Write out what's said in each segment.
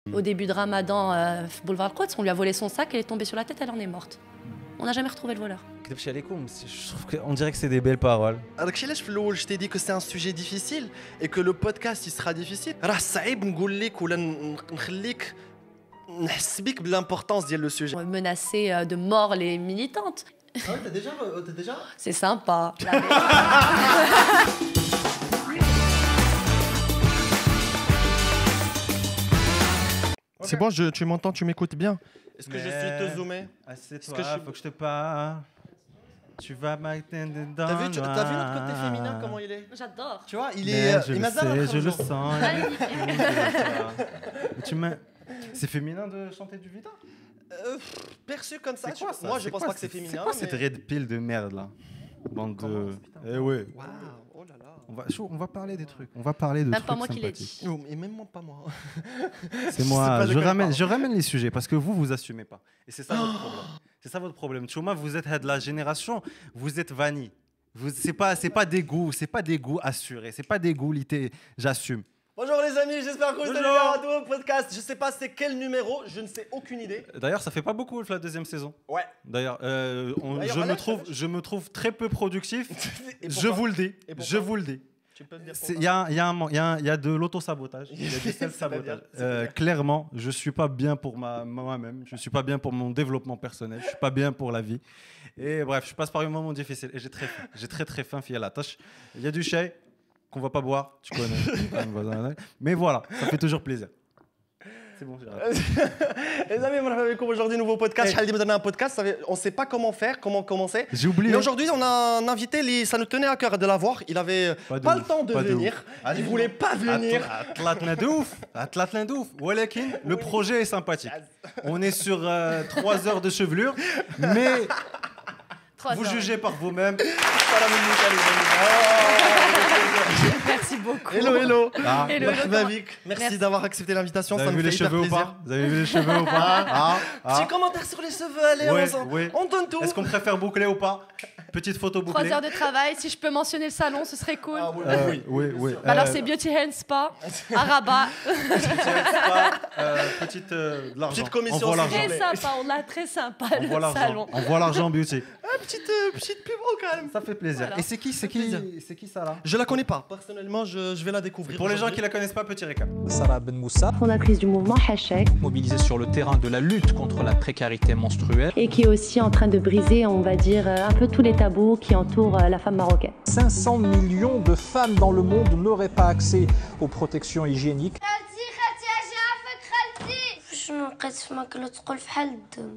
Au début de Ramadan, boulevard Quds, on lui a volé son sac, elle est tombée sur la tête, elle en est morte. On n'a jamais retrouvé le voleur. Je trouve qu'on dirait que c'est des belles paroles. Alors je t'ai dit que c'est un sujet difficile et que le podcast il sera difficile. راه صعيب نقول لك ولا نخليك نحس بك بالimportance ديال le sujet. Menacer de mort les militantes. Ah ouais, t'as déjà C'est sympa. C'est bon, tu m'entends, tu m'écoutes bien. Est-ce que je suis te zoomé? Assieds-toi, faut que je te parle. Tu vas m'atteindre dans T'as vu notre côté féminin, comment il est? J'adore. Tu vois, il est... Je le sais, je le sens. C'est féminin de chanter du Vita? Perçu comme ça. Quoi, ça? Moi, je pense pas que c'est féminin. C'est quoi cette red pill de merde là? Bande de... Eh ouais. Waouh, oh là là. On va parler des trucs. On va parler de Même trucs pas moi qui l'ai sympathiques. dit. Oh, et même moi, pas moi. C'est moi. Je ramène les sujets parce que vous assumez pas. Et c'est ça votre problème. C'est ça votre problème. Chouma, vous êtes de la génération, vous êtes vanille. C'est pas des goûts assurés. C'est pas des goûts j'assume. Bonjour les amis, j'espère que vous allez bien à tout podcast. Je sais pas c'est quel numéro, je ne sais aucune idée. D'ailleurs, ça fait pas beaucoup la deuxième saison. Ouais. D'ailleurs, je me trouve très peu productif. Je vous le dis. Je vous le dis. Tu peux me dire Il y a de l'autosabotage. Il y a du self-sabotage. Clairement, je suis pas bien pour moi-même. Je suis pas bien pour mon développement personnel. Je suis pas bien pour la vie. Et bref, je passe par un moment difficile. Et j'ai très faim, fille à la tâche. Il y a du chai qu'on va pas boire, tu connais. Mais voilà, ça fait toujours plaisir. C'est bon, j'arrête. Les amis, aujourd'hui nouveau podcast. Un podcast, on sait pas comment faire, comment commencer. J'ai oublié. Mais aujourd'hui, on a un invité, ça nous tenait à cœur de l'avoir. Il avait pas le temps de venir. Il voulait pas venir. Atlatna de ouf. Le projet est sympathique. On est sur 3 heures de chevelure, mais vous jugez par vous-même. Merci beaucoup. Hello. Hello. Merci d'avoir accepté l'invitation. Vous avez vu les cheveux ou pas? Vous avez vu les cheveux ou pas? Petit commentaire sur les cheveux, allez, on donne tout. Est-ce qu'on préfère boucler ou pas? Petite photo bouclée. 3 heures de travail, si je peux mentionner le salon, ce serait cool. Oui. Alors c'est Beauty Hand Spa à Rabat. Petite commission. Très sympa, on l'a très sympa le salon. On voit l'argent beauty. Petite pub quand même. Ça fait plaisir. Voilà. Et c'est qui ça là? Je la connais pas. Personnellement, je vais la découvrir. Pour les gens qui la connaissent pas, petit récap. Sarah Ben Moussa, Fondatrice du mouvement Hachek mobilisée sur le terrain de la lutte contre la précarité menstruelle. et qui est aussi en train de briser, on va dire, un peu tous les tabous qui entourent la femme marocaine. 500 millions de femmes dans le monde n'auraient pas accès aux protections hygiéniques. شنو لقيت في ماكله تقول فحال الدم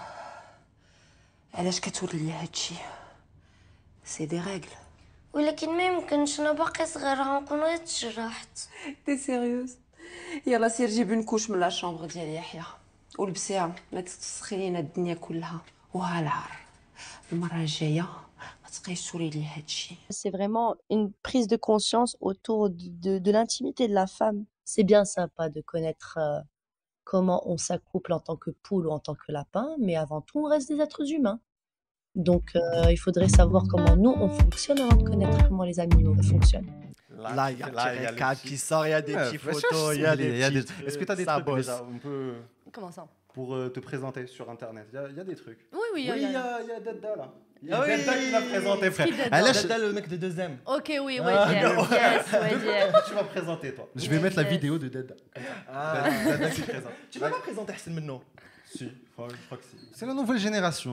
علاش كتولي لي هادشي سي دي ريغل ولكن ما يمكنش انا باقي صغيره غنكون غير تجرحت تي سيريوز يلا سير جيب اون كوش من لا شامبر ديال يحيى ولبسيها ما تتسخي لينا الدنيا كلها وها العار المره الجايه ما تبقايش تولي لي هادشي. C'est vraiment une prise de conscience autour de l'intimité de la femme. C'est bien sympa de connaître comment on s'accouple en tant que poule ou en tant que lapin, mais avant tout, on reste des êtres humains. Donc, il faudrait savoir comment nous, on fonctionne avant de connaître comment les animaux fonctionnent. Là, il y a le cadre qui sort, il y a des petites photos, il y a des petites... Est-ce que tu as des trucs déjà un peu Comment ça? pour te présenter sur Internet? Il y a des trucs. Oui, il y a Dedda là. Il y a Ah oui. Dedda qui l'a présenté, frère. Dedda, le mec de 2M. Ok, oui, yes, Tu vas présenter, toi. Je vais mettre la vidéo de Dedda. Dedda qui présente. Tu vas pas présenter Hassan maintenant? Si, je crois que si. C'est la nouvelle génération.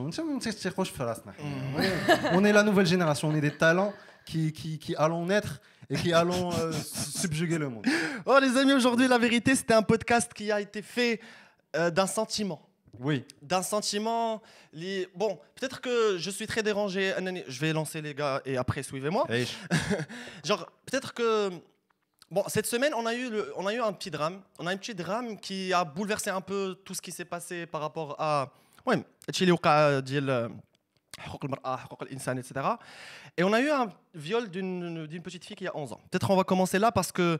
On est la nouvelle génération. On est des talents qui allons naître et qui allons subjuguer le monde. Oh les amis, aujourd'hui, la vérité, c'était un podcast qui a été fait d'un sentiment. Oui. D'un sentiment... Bon, peut-être que je suis très dérangé. Je vais lancer les gars et après, suivez-moi. Genre, peut-être que... Bon, cette semaine, on a eu un petit drame. On a un petit drame qui a bouleversé un peu tout ce qui s'est passé par rapport à... Ouais, etc. Et on a eu un viol d'une petite fille qui a 11 ans. Peut-être on va commencer là parce que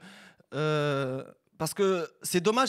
c'est dommage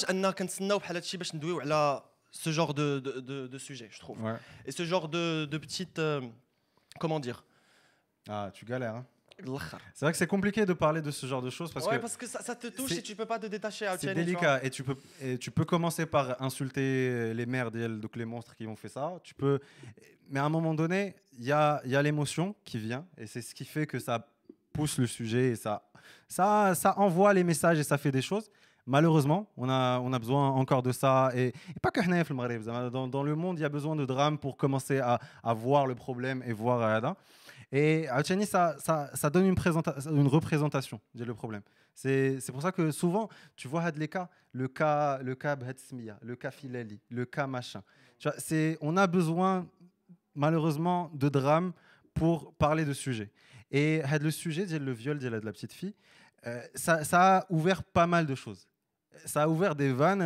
ce genre de sujet, je trouve. Ouais. Et ce genre de petite... comment dire? Ah, tu galères, hein? C'est vrai que c'est compliqué de parler de ce genre de choses parce que ça te touche et tu peux pas te détacher. C'est délicat et tu peux commencer par insulter les merdes, donc les monstres qui ont fait ça. Mais à un moment donné, il y a l'émotion qui vient et c'est ce qui fait que ça pousse le sujet et ça envoie les messages et ça fait des choses. Malheureusement, on a besoin encore de ça et pas que Hnaïf le Maghreb. Dans le monde, il y a besoin de drame pour commencer à voir le problème et voir. Et Alchani, ça donne une représentation le problème. C'est pour ça que souvent, tu vois les cas, le cas Bhatsmiya, le cas Filali, le cas machin. On a besoin, malheureusement, de drame pour parler de sujet. Et le sujet, le viol de la petite fille, ça a ouvert pas mal de choses. Ça a ouvert des vannes,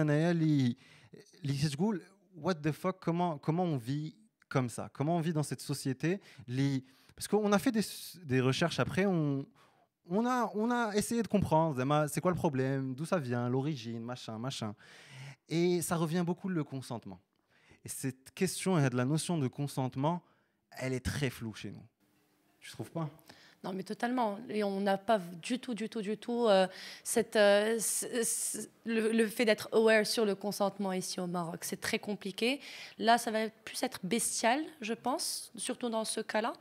what the fuck, comment on vit comme ça? Comment on vit dans cette société? Parce qu'on a fait des recherches après, on a essayé de comprendre, c'est quoi le problème, d'où ça vient, l'origine, machin. Et ça revient beaucoup le consentement. Et cette question de la notion de consentement, elle est très floue chez nous. Tu trouves pas? Non, mais totalement. Et on n'a pas du tout le fait d'être aware sur le consentement ici au Maroc. C'est très compliqué. Là, ça va plus être bestial, je pense, surtout dans ce cas-là.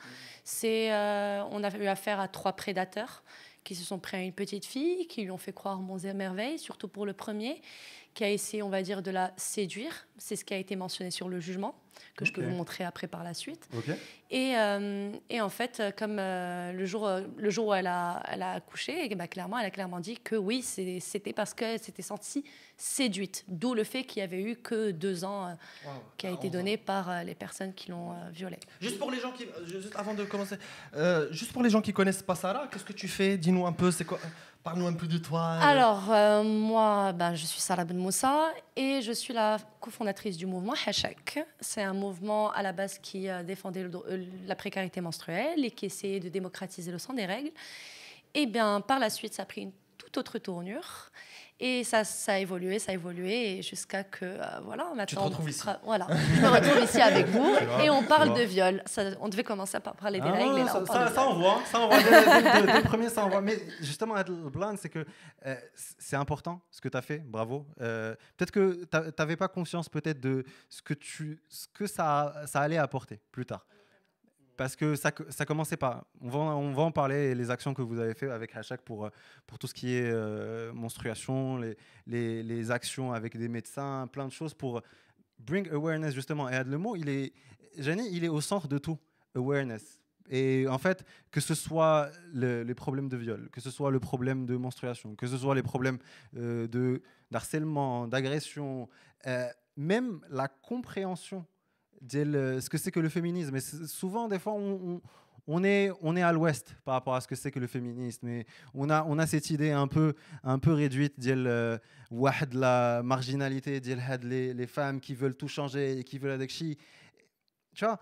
On a eu affaire à 3 prédateurs qui se sont pris à une petite fille, qui lui ont fait croire monts et merveilles, surtout pour le premier, qui a essayé, on va dire, de la séduire. C'est ce qui a été mentionné sur le jugement, que je peux vous montrer après par la suite. Et en fait, comme le jour où elle a accouché, clairement, elle a clairement dit que oui, c'était parce qu'elle s'était sentie séduite. D'où le fait qu'il n'y avait eu que 2 ans qui a été donné par les personnes qui l'ont violée. Juste pour les gens avant de commencer, juste pour les gens qui connaissent pas Sarah, qu'est-ce que tu fais? Dis-nous un peu, c'est quoi? Parle-nous un peu de toi. Alors, moi, je suis Sarah Ben Moussa et je suis la cofondatrice du mouvement Hachak. C'est un mouvement à la base qui défendait la précarité menstruelle et qui essayait de démocratiser le sang des règles. Et bien, par la suite, ça a pris une toute autre tournure. Et ça a évolué jusqu'à que, voilà, maintenant... Tu te retrouves ici. Voilà, je me retrouve ici avec vous et on parle de viol. On devait commencer par parler des règles et là, ça envoie. Dès le premier, ça envoie. Mais justement, le plan, c'est que c'est important ce que tu as fait, bravo. Peut-être que tu n'avais pas conscience peut-être de ce que ça allait apporter plus tard. Parce que ça commençait pas. On va en parler, les actions que vous avez fait avec Hachak pour tout ce qui est menstruation, les actions avec des médecins, plein de choses pour bring awareness justement. Et le mot, Jani, il est au centre de tout, awareness. Et en fait, que ce soit les problèmes de viol, que ce soit le problème de menstruation, que ce soit les problèmes d'harcèlement, d'agression, même la compréhension ce que c'est que le féminisme. Et souvent, des fois, on est à l'ouest par rapport à ce que c'est que le féminisme. Et on a cette idée un peu réduite de la marginalité, les femmes qui veulent tout changer et qui veulent avec chi. Tu vois,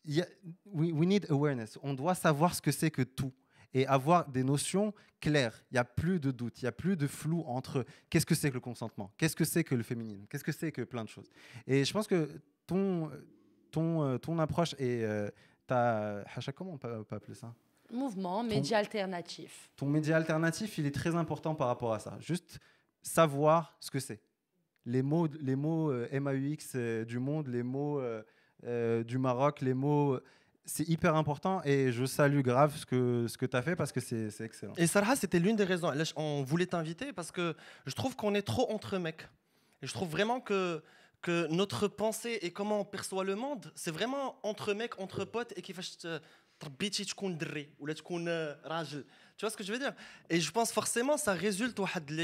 we need awareness. On doit savoir ce que c'est que tout et avoir des notions claires. Il n'y a plus de doute, il n'y a plus de flou entre qu'est-ce que c'est que le consentement, qu'est-ce que c'est que le féminisme, qu'est-ce que c'est que plein de choses. Et je pense que ton approche et comment on peut appeler ça? Mouvement, média alternatif. Ton média alternatif, il est très important par rapport à ça. Juste savoir ce que c'est. Les mots MAUX du monde, les mots du Maroc, les mots... C'est hyper important et je salue grave ce que tu as fait parce que c'est excellent. Et Sarah, c'était l'une des raisons. On voulait t'inviter parce que je trouve qu'on est trop entre mecs. Et je trouve vraiment que notre pensée et comment on perçoit le monde, c'est vraiment entre mecs, entre potes et qui fasse تربيتي تكون دري ولا تكون راجل. Tu vois ce que je veux dire? Et je pense forcément ça résulte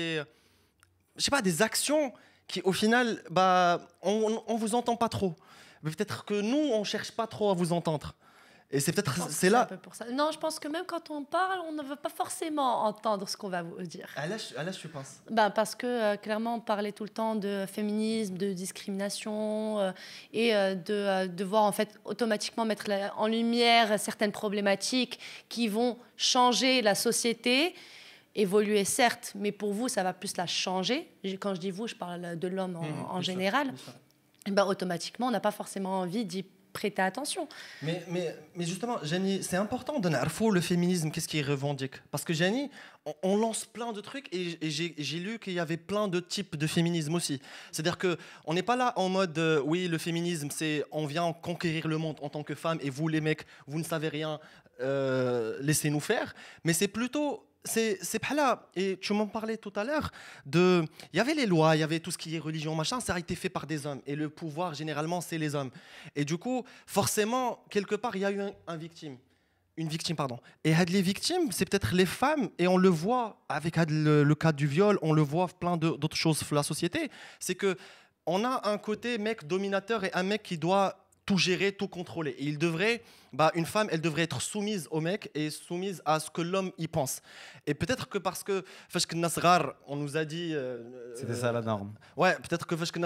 des actions qui au final on vous entend pas trop. Mais peut-être que nous on cherche pas trop à vous entendre. Et c'est peut-être c'est là. Un peu pour ça. Non, je pense que même quand on parle, on ne veut pas forcément entendre ce qu'on va vous dire. À l'âge, tu penses? Parce que clairement, on parlait tout le temps de féminisme, de discrimination et de devoir en fait automatiquement mettre en lumière certaines problématiques qui vont changer la société. Évoluer certes, mais pour vous, ça va plus la changer. Quand je dis vous, je parle de l'homme en général. Automatiquement, on n'a pas forcément envie d'y prêter attention. Mais justement, Jenny, c'est important de savoir le féminisme, qu'est-ce qu'il revendique. Parce que Jenny, on lance plein de trucs et j'ai lu qu'il y avait plein de types de féminisme aussi. C'est-à-dire qu'on n'est pas là en mode, oui, le féminisme, c'est on vient conquérir le monde en tant que femme et vous, les mecs, vous ne savez rien, laissez-nous faire. Mais c'est plutôt... C'est pas là. Et tu m'en parlais tout à l'heure. Il y avait les lois, il y avait tout ce qui est religion, machin. Ça a été fait par des hommes. Et le pouvoir, généralement, c'est les hommes. Et du coup, forcément, quelque part, il y a eu une victime, pardon. Et les victimes, c'est peut-être les femmes. Et on le voit avec le cas du viol. On le voit plein d'autres choses dans la société. C'est que on a un côté mec dominateur et un mec qui doit tout gérer, tout contrôler. Et une femme, elle devrait être soumise au mec et soumise à ce que l'homme y pense. Et peut-être que parce que on nous a dit... C'était ça la norme. Ouais, peut-être que parce que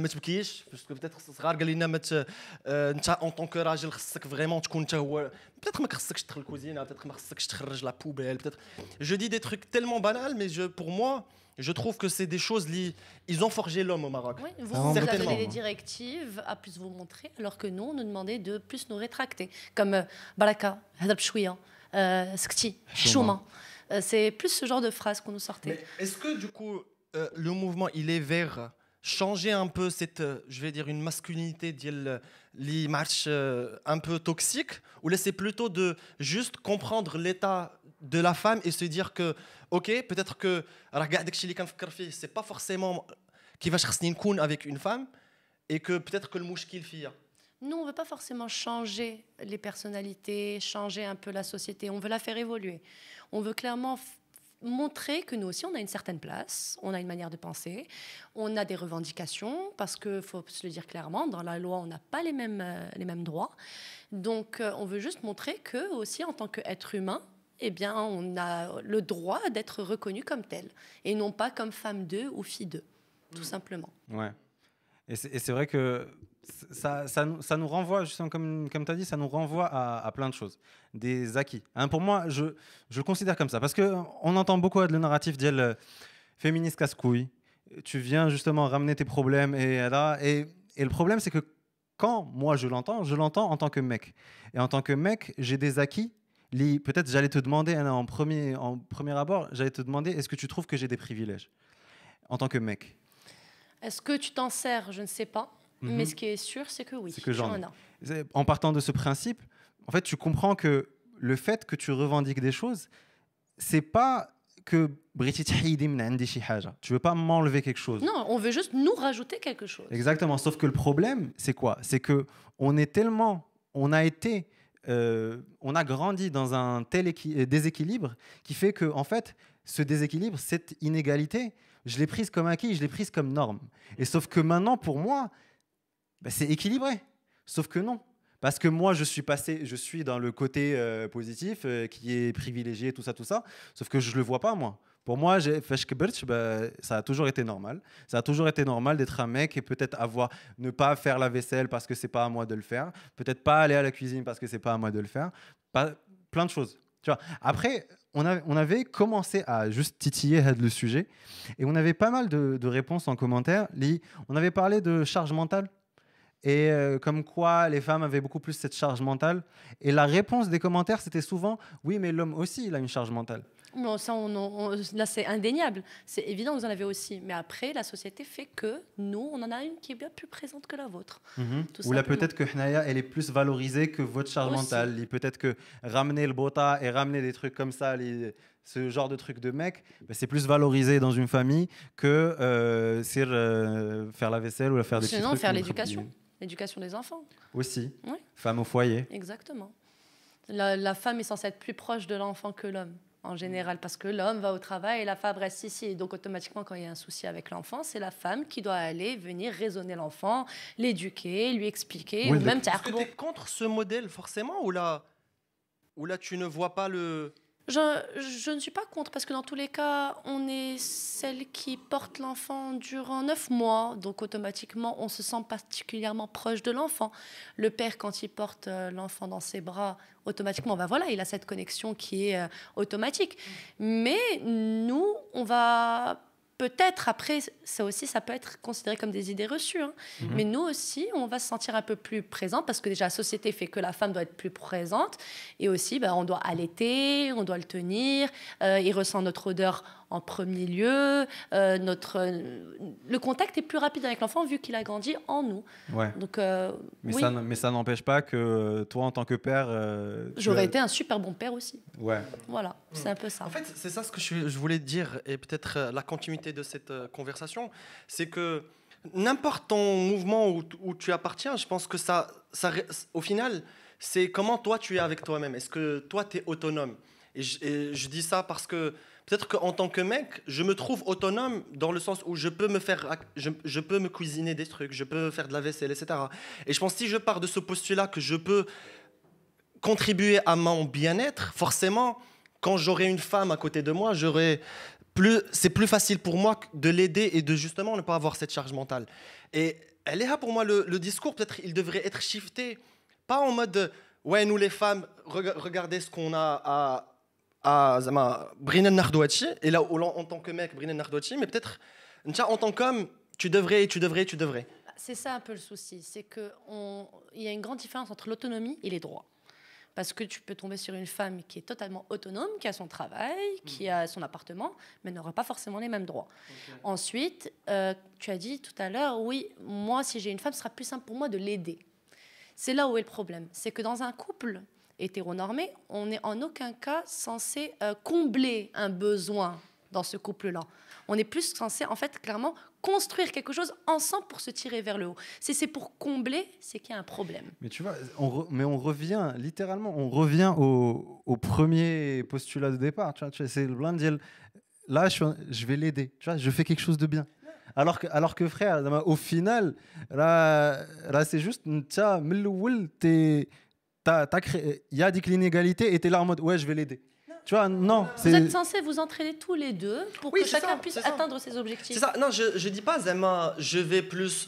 peut-être en tant que راجل خصك vraiment تكون peut-être ما خصكش تدخل الكوزينه, peut-être ما خصكش تخرج la poubelle, peut-être. Je dis des trucs tellement banals, mais pour moi, je trouve que c'est des choses ils ont forgé l'homme au Maroc. Oui, vous avez des directives à plus vous montrer, alors que nous, on nous demandait de plus nous rétracter. Comme Baraka, Hadab Chouia, Skti, Chouma. C'est plus ce genre de phrases qu'on nous sortait. Mais est-ce que du coup, le mouvement, il est vers changer un peu cette, je vais dire, une masculinité les marches un peu toxique, ou là c'est plutôt de juste comprendre l'état de la femme et se dire que ok, peut-être que c'est pas forcément qui va chercher avec une femme et que peut-être que le mouchkil fille. Nous, on ne veut pas forcément changer les personnalités, changer un peu la société. On veut la faire évoluer. On veut clairement montrer que nous aussi, on a une certaine place, on a une manière de penser, on a des revendications, parce qu'il faut se le dire clairement, dans la loi, on n'a pas les mêmes droits. Donc, on veut juste montrer que aussi, en tant qu'être humain, eh bien, on a le droit d'être reconnu comme tel, et non pas comme femme d'eux ou fille d'eux, tout simplement. Ouais. Et c'est vrai que ça nous renvoie, justement, comme tu as dit, ça nous renvoie à plein de choses, des acquis. Hein, pour moi, je le considère comme ça, parce qu'on entend beaucoup le narratif d'elle féministe casse-couille, tu viens justement ramener tes problèmes, et le problème, c'est que quand moi je l'entends en tant que mec. Et en tant que mec, j'ai des acquis. Peut-être j'allais te demander, en premier abord, est-ce que tu trouves que j'ai des privilèges en tant que mec? Est-ce que tu t'en sers? Je ne sais pas. Mais ce qui est sûr, c'est que oui, c'est que tu en as. En partant de ce principe, en fait, tu comprends que le fait que tu revendiques des choses, c'est pas que tu veux pas m'enlever quelque chose. Non, on veut juste nous rajouter quelque chose. Exactement. Sauf que le problème, c'est quoi? C'est que on a grandi dans un tel déséquilibre qui fait que, en fait, ce déséquilibre, cette inégalité, je l'ai prise comme acquis, je l'ai prise comme norme. Et sauf que maintenant, pour moi, c'est équilibré. Sauf que non. Parce que moi, je suis dans le côté positif, qui est privilégié, tout ça. Sauf que je ne le vois pas, moi. Pour moi, ça a toujours été normal. Ça a toujours été normal d'être un mec et peut-être ne pas faire la vaisselle parce que ce n'est pas à moi de le faire. Peut-être pas aller à la cuisine parce que ce n'est pas à moi de le faire. Plein de choses. Tu vois. Après, on avait commencé à juste titiller le sujet et on avait pas mal de réponses en commentaire. On avait parlé de charge mentale et comme quoi les femmes avaient beaucoup plus cette charge mentale. Et la réponse des commentaires, c'était souvent « Oui, mais l'homme aussi, il a une charge mentale ». Bon, ça, là, c'est indéniable. C'est évident que vous en avez aussi. Mais après, la société fait que nous, on en a une qui est bien plus présente que la vôtre. Ou là, peut-être que Hnaya, elle est plus valorisée que votre charge mentale. Peut-être que ramener le bota et ramener des trucs comme ça, ce genre de trucs de mec, c'est plus valorisé dans une famille que faire la vaisselle ou faire des petits trucs. Sinon, faire l'éducation. L'éducation des enfants. Aussi. Oui. Femme au foyer. Exactement. La femme est censée être plus proche de l'enfant que l'homme. En général, parce que l'homme va au travail et la femme reste ici. Donc, automatiquement, quand il y a un souci avec l'enfant, c'est la femme qui doit aller venir raisonner l'enfant, l'éduquer, lui expliquer. Oui, ou même est-ce que tu es contre ce modèle, forcément, ou là, tu ne vois pas le... Je ne suis pas contre, parce que dans tous les cas, on est celle qui porte l'enfant durant 9 mois. Donc, automatiquement, on se sent particulièrement proche de l'enfant. Le père, quand il porte l'enfant dans ses bras, automatiquement, voilà, il a cette connexion qui est automatique. Mais nous, on va peut-être, après, ça aussi, ça peut être considéré comme des idées reçues. Hein. Mais nous aussi, on va se sentir un peu plus présent parce que déjà, la société fait que la femme doit être plus présente. Et aussi, on doit allaiter, on doit le tenir. Il ressent notre odeur en premier lieu. Le contact est plus rapide avec l'enfant vu qu'il a grandi en nous. Ouais. Donc, mais ça n'empêche pas que toi, en tant que père... J'aurais été un super bon père aussi. Ouais. Voilà, c'est un peu ça. En fait, c'est ça ce que je voulais dire, et peut-être la continuité de cette conversation, c'est que n'importe ton mouvement où tu appartiens, je pense que ça, au final, c'est comment toi tu es avec toi-même. Est-ce que toi tu es autonome ? Et je dis ça parce que peut-être qu'en tant que mec, je me trouve autonome dans le sens où je peux me cuisiner des trucs, je peux faire de la vaisselle, etc. Et je pense que si je pars de ce postulat que je peux contribuer à mon bien-être, forcément, quand j'aurai une femme à côté de moi, c'est plus facile pour moi de l'aider et de justement ne pas avoir cette charge mentale. Et elle est là pour moi, le discours, peut-être il devrait être shifté, pas en mode ouais, nous les femmes, regardez ce qu'on a à Brina Nardouachi, et là en tant que mec, Brina Nardouachi, mais peut-être en tant qu'homme, tu devrais. C'est ça un peu le souci, c'est qu'il y a une grande différence entre l'autonomie et les droits. Parce que tu peux tomber sur une femme qui est totalement autonome, qui a son travail, qui a son appartement, mais n'aura pas forcément les mêmes droits. Okay. Ensuite, tu as dit tout à l'heure, oui, moi, si j'ai une femme, ce sera plus simple pour moi de l'aider. C'est là où est le problème. C'est que dans un couple hétéronormé, on n'est en aucun cas censé combler un besoin dans ce couple-là. On est plus censé, en fait, clairement, construire quelque chose ensemble pour se tirer vers le haut. Si c'est pour combler, c'est qu'il y a un problème. Mais tu vois, on revient, littéralement, au premier postulat de départ. Tu vois, c'est le blanc de là, je vais l'aider. Tu vois, je fais quelque chose de bien. Alors que frère, au final, là c'est juste, il y a des inégalités et tu es là en mode, ouais, je vais l'aider. Tu vois, non. Vous êtes censés vous entraîner tous les deux pour que chacun puisse atteindre ses objectifs. C'est ça. Non, je dis pas, Zema, je vais plus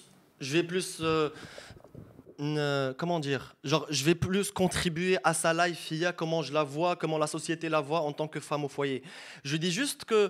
comment dire, genre, je vais plus contribuer à sa life, comment je la vois, comment la société la voit en tant que femme au foyer. Je dis juste que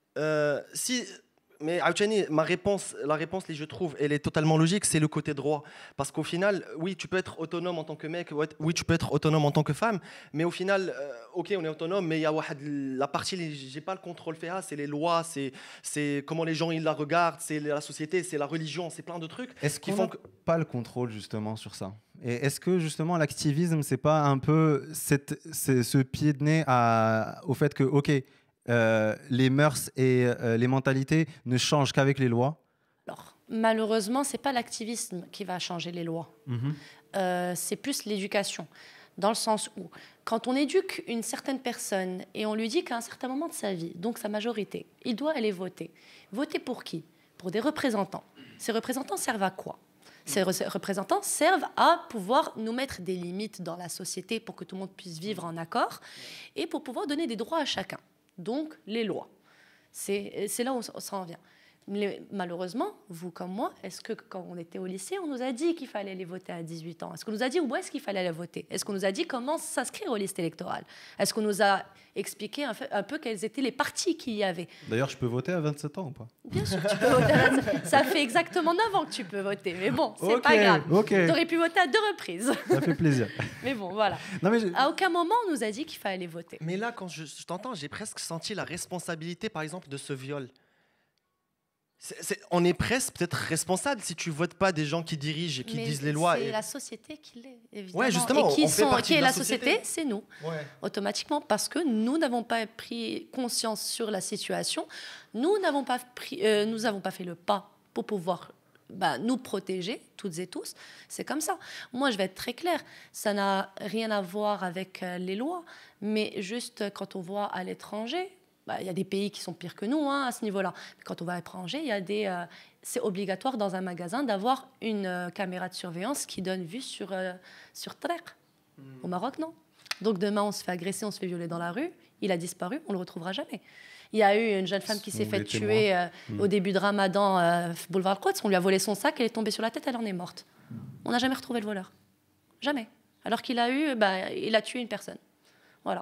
mais Aouchani, la réponse, je trouve, elle est totalement logique, c'est le côté droit. Parce qu'au final, oui, tu peux être autonome en tant que mec, oui, tu peux être autonome en tant que femme, mais au final, ok, on est autonome, mais il y a la partie, j'ai pas le contrôle FA, c'est les lois, c'est comment les gens ils la regardent, c'est la société, c'est la religion, c'est plein de trucs. Est-ce qu'ils font pas le contrôle justement sur ça ? Et est-ce que justement l'activisme, c'est pas un peu ce pied de nez au fait que, ok, les mœurs et les mentalités ne changent qu'avec les lois? Alors, malheureusement, ce n'est pas l'activisme qui va changer les lois. C'est plus l'éducation. Dans le sens où, quand on éduque une certaine personne et on lui dit qu'à un certain moment de sa vie, donc sa majorité, il doit aller voter. Voter pour qui ? Pour des représentants. Ces représentants servent à quoi ? Ces représentants servent à pouvoir nous mettre des limites dans la société pour que tout le monde puisse vivre en accord et pour pouvoir donner des droits à chacun. Donc, les lois. C'est là où on s'en vient. Mais malheureusement, vous comme moi, est-ce que quand on était au lycée, on nous a dit qu'il fallait aller voter à 18 ans? Est-ce qu'on nous a dit où est-ce qu'il fallait aller voter? Est-ce qu'on nous a dit comment s'inscrire aux listes électorales? Est-ce qu'on nous a expliqué un peu quels étaient les partis qu'il y avait? D'ailleurs, je peux voter à 27 ans ou pas? Bien sûr, tu peux voter à 27 ans. Ça fait exactement 9 ans que tu peux voter. Mais bon, c'est pas grave. Okay. Tu aurais pu voter à 2 reprises. Ça fait plaisir. Mais bon, voilà. Non, mais à aucun moment, on nous a dit qu'il fallait aller voter. Mais là, quand je t'entends, j'ai presque senti la responsabilité, par exemple, de ce viol. On est presque peut-être responsable si tu votes pas des gens qui dirigent et qui disent les lois. C'est la société qui l'est, évidemment. Ouais, justement, et qui est la société, c'est nous. Ouais. Automatiquement, parce que nous n'avons pas pris conscience sur la situation, nous n'avons pas fait le pas pour pouvoir nous protéger, toutes et tous. C'est comme ça. Moi, je vais être très claire. Ça n'a rien à voir avec les lois, mais juste quand on voit à l'étranger... Il y a des pays qui sont pires que nous à ce niveau-là. Mais quand on va à l'étranger, c'est obligatoire dans un magasin d'avoir une caméra de surveillance qui donne vue sur Trek. Au Maroc, non. Donc demain, on se fait agresser, on se fait violer dans la rue. Il a disparu, on ne le retrouvera jamais. Il y a eu une jeune femme qui s'est fait tuer au début de Ramadan, boulevard Quds. On lui a volé son sac, elle est tombée sur la tête, elle en est morte. On n'a jamais retrouvé le voleur. Jamais. Alors qu'il a tué une personne. Voilà.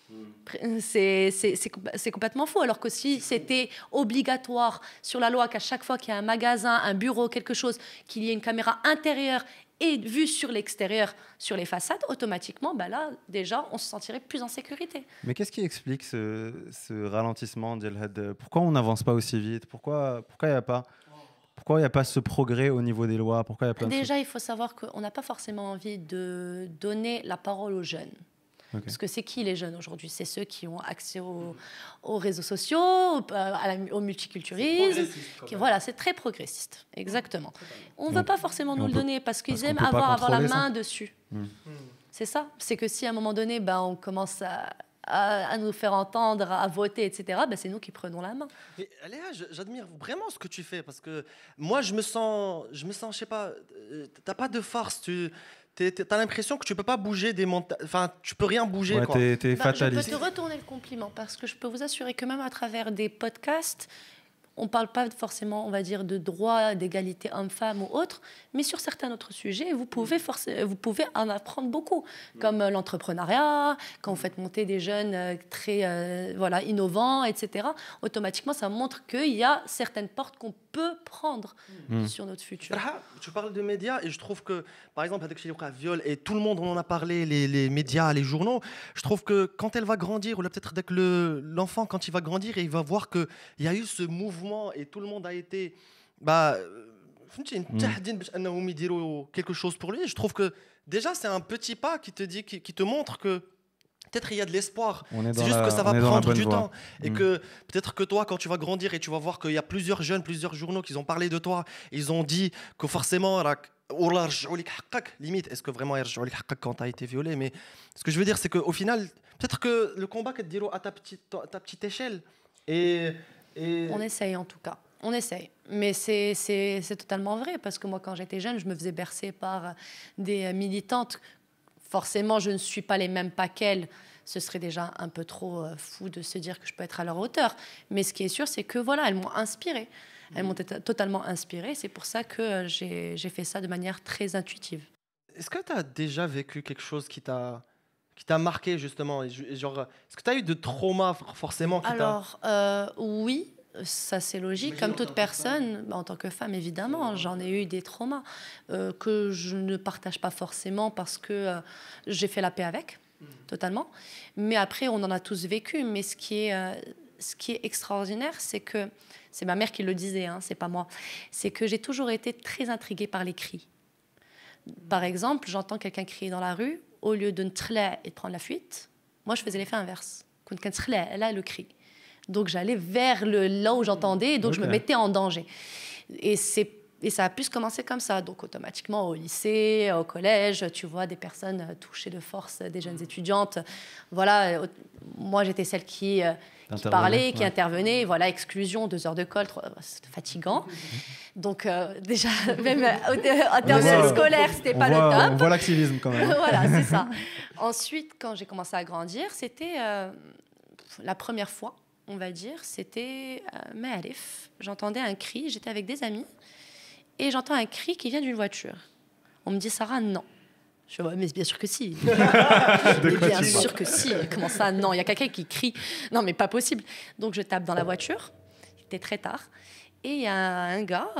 C'est complètement faux. Alors que si c'était obligatoire sur la loi qu'à chaque fois qu'il y a un magasin, un bureau, quelque chose, qu'il y ait une caméra intérieure et vue sur l'extérieur, sur les façades, automatiquement, bah là, déjà, on se sentirait plus en sécurité. Mais qu'est-ce qui explique ce ralentissement, Djelhad? Pourquoi on n'avance pas aussi vite? Pourquoi il n'y a pas... Pourquoi il n'y a pas ce progrès au niveau des lois? Pourquoi y a plein de Déjà, il faut savoir qu'on n'a pas forcément envie de donner la parole aux jeunes. Okay. Parce que c'est qui les jeunes aujourd'hui? C'est ceux qui ont accès aux réseaux sociaux, au multiculturalisme. Voilà, c'est très progressiste, exactement. On ne veut pas forcément nous le donner parce qu'ils aiment avoir la main dessus. C'est ça. C'est que si à un moment donné, on commence à nous faire entendre, à voter, etc., c'est nous qui prenons la main. Mais Léa, j'admire vraiment ce que tu fais parce que moi, je me sens, je sais pas, t'as pas de force, t'as l'impression que tu peux pas bouger des montagnes, enfin, tu peux rien bouger. Ouais, t'es fataliste. Je peux te retourner le compliment parce que je peux vous assurer que même à travers des podcasts, on ne parle pas forcément, on va dire, de droit, d'égalité homme-femme ou autre, mais sur certains autres sujets, vous pouvez en apprendre beaucoup, comme l'entrepreneuriat, quand vous faites monter des jeunes très innovants, etc. Automatiquement, ça montre qu'il y a certaines portes qu'on peut prendre sur notre futur. Tu parles de médias et je trouve que, par exemple, avec Viol, et tout le monde en a parlé, les médias, les journaux, je trouve que quand elle va grandir, ou là peut-être dès que l'enfant, quand il va grandir, il va voir qu'il y a eu ce mouvement et tout le monde a été quelque chose pour lui. Je trouve que déjà c'est un petit pas qui te montre que peut-être il y a de l'espoir. C'est juste que ça va prendre du temps. Et que peut-être que toi, quand tu vas grandir et tu vas voir qu'il y a plusieurs jeunes, plusieurs journaux qui ont parlé de toi, ils ont dit que forcément limite, est-ce que vraiment quand tu as été violé? Mais ce que je veux dire, c'est qu'au final, peut-être que le combat que tu dis à ta petite échelle et on essaye en tout cas, on essaye. Mais c'est totalement vrai parce que moi, quand j'étais jeune, je me faisais bercer par des militantes. Forcément, je ne suis pas les mêmes pas qu'elles. Ce serait déjà un peu trop fou de se dire que je peux être à leur hauteur. Mais ce qui est sûr, c'est que voilà, elles m'ont inspirée. Elles m'ont totalement inspirée. C'est pour ça que j'ai fait ça de manière très intuitive. Est-ce que tu as déjà vécu quelque chose qui t'a marqué justement, genre, est-ce que tu as eu de traumas forcément oui, ça c'est logique, comme toute personne, en tant que femme évidemment, j'en ai eu des traumas que je ne partage pas forcément parce que j'ai fait la paix avec, totalement, mais après on en a tous vécu, mais ce qui est extraordinaire, c'est que, c'est ma mère qui le disait, c'est pas moi, c'est que j'ai toujours été très intriguée par les cris. Par exemple, j'entends quelqu'un crier dans la rue, au lieu de n't'khla et de prendre la fuite, moi je faisais l'effet inverse. Elle a le cri. Donc j'allais vers là où j'entendais, et donc je me mettais en danger. Et ça a pu se commencer comme ça. Donc automatiquement au lycée, au collège, tu vois des personnes touchées de force, des jeunes étudiantes. Voilà, moi j'étais celle qui parlait, qui intervenait. Voilà, exclusion, 2 heures de colle, c'était fatigant. Donc déjà, même en termes scolaires, c'était pas le top. On voit l'activisme quand même. Voilà, c'est ça. Ensuite, quand j'ai commencé à grandir, c'était la première fois, on va dire, c'était Ma'arif. J'entendais un cri, j'étais avec des amis, et j'entends un cri qui vient d'une voiture. On me dit, Sarah, non. Je fais, ouais, mais bien sûr que si. Bien sûr que si. Comment ça, non? Il y a quelqu'un qui crie. Non, mais pas possible. Donc, je tape dans la voiture. C'était très tard. Et il y a un gars,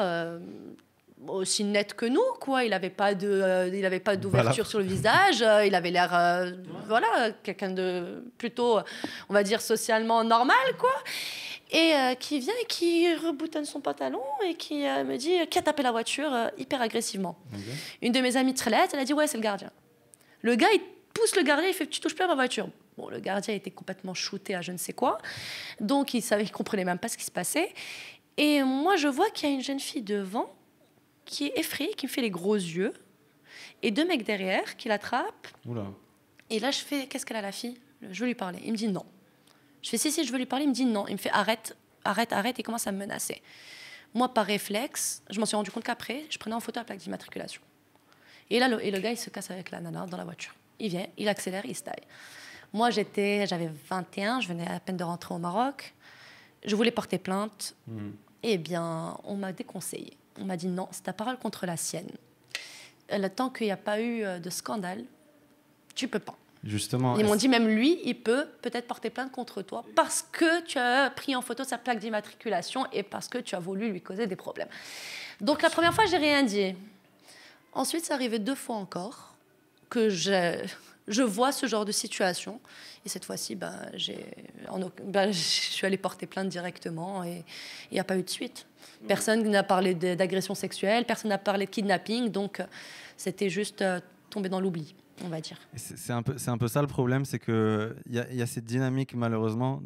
aussi net que nous, quoi. Il n'avait pas d'ouverture sur le visage. Il avait l'air, quelqu'un de plutôt, on va dire, socialement normal, quoi. Et qui vient et qui reboutonne son pantalon et qui me dit qui a tapé la voiture hyper agressivement. Okay. Une de mes amies Trelette, elle a dit ouais, c'est le gardien. Le gars, il pousse le gardien, il fait tu touches plus à ma voiture. Bon, le gardien était complètement shooté à je ne sais quoi, donc il comprenait même pas ce qui se passait. Et moi, je vois qu'il y a une jeune fille devant qui est effrayée, qui me fait les gros yeux, et 2 mecs derrière qui l'attrapent. Oula. Et là, je fais qu'est-ce qu'elle a la fille? Je veux lui parler. Il me dit non. Je fais si, je veux lui parler. Il me dit non. Il me fait arrête. Et commence à me menacer. Moi, par réflexe, je m'en suis rendu compte qu'après, je prenais en photo la plaque d'immatriculation. Et là, le gars, il se casse avec la nana dans la voiture. Il vient, il accélère, il se taille. Moi, j'avais 21, je venais à peine de rentrer au Maroc. Je voulais porter plainte. Eh bien, on m'a déconseillé. On m'a dit non, c'est ta parole contre la sienne. Tant qu'il n'y a pas eu de scandale, tu peux pas. Justement. Ils m'ont dit même lui, il peut peut-être porter plainte contre toi parce que tu as pris en photo sa plaque d'immatriculation et parce que tu as voulu lui causer des problèmes. Donc la première fois, j'ai rien dit. Ensuite, c'est arrivé 2 fois encore que je vois ce genre de situation. Et cette fois-ci, je suis allée porter plainte directement et il n'y a pas eu de suite. Personne n'a parlé d'agression sexuelle, personne n'a parlé de kidnapping, donc c'était juste tombé dans l'oubli, on va dire. C'est un peu ça le problème, c'est qu'il y a cette dynamique malheureusement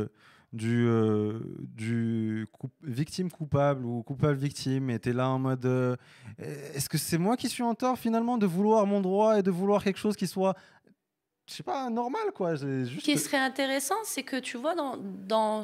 du victime coupable ou coupable victime, et t'es là en mode est-ce que c'est moi qui suis en tort finalement de vouloir mon droit et de vouloir quelque chose qui soit, je sais pas, normal quoi. Ce qui serait intéressant, c'est que tu vois dans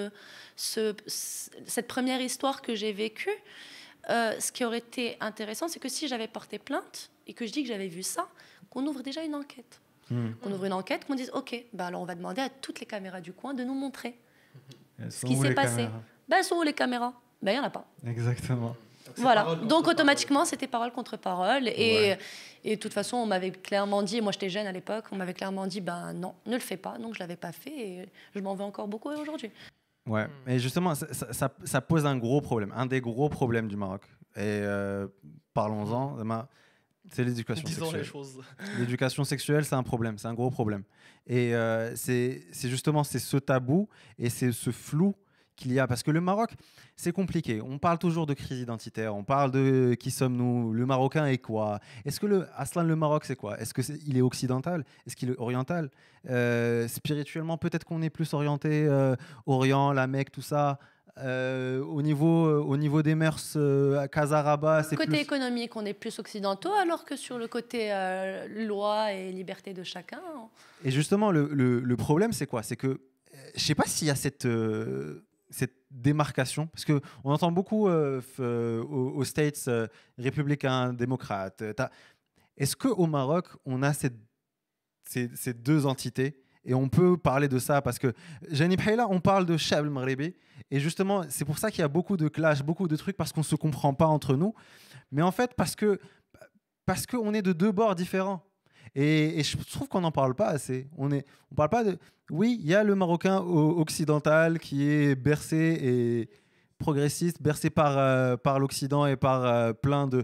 cette première histoire que j'ai vécue, ce qui aurait été intéressant, c'est que si j'avais porté plainte et que je dis que j'avais vu ça, qu'on ouvre déjà une enquête. Qu'on ouvre une enquête, qu'on dise ok, alors on va demander à toutes les caméras du coin de nous montrer ce qui s'est passé. Elles sont où les caméras? Il n'y en a pas. Exactement. Voilà, donc automatiquement c'était parole contre parole et de toute façon on m'avait clairement dit, moi j'étais jeune à l'époque, on m'avait clairement dit non, ne le fais pas, donc je l'avais pas fait et je m'en veux encore beaucoup aujourd'hui. Ouais, et justement ça pose un gros problème, un des gros problèmes du Maroc, et parlons-en, c'est l'éducation sexuelle. Les choses. L'éducation sexuelle, c'est un problème, c'est un gros problème, et c'est justement ce tabou et c'est ce flou qu'il y a, parce que le Maroc, c'est compliqué. On parle toujours de crise identitaire, on parle de qui sommes-nous, le Marocain est quoi? Est-ce que le Maroc, c'est quoi? Est-ce qu'il est occidental? Est-ce qu'il est oriental? Spirituellement, peut-être qu'on est plus orienté Orient, la Mecque, tout ça. Au niveau des mœurs, à Casaraba, c'est côté économique, on est plus occidentaux, alors que sur le côté loi et liberté de chacun. Et justement, le problème, c'est quoi? C'est que je sais pas s'il y a cette démarcation, parce qu'on entend beaucoup aux States républicains, démocrates. Est-ce qu'au Maroc, on a ces deux entités et on peut parler de ça? Parce que Jani Bhaïla, on parle de Chab el-Maghribi, et justement, c'est pour ça qu'il y a beaucoup de clash, beaucoup de trucs, parce qu'on ne se comprend pas entre nous. Mais en fait, parce qu'on est de 2 bords différents. Et je trouve qu'on n'en parle pas assez. On parle pas de... Oui, il y a le Marocain occidental qui est bercé et progressiste, bercé par l'Occident et par plein de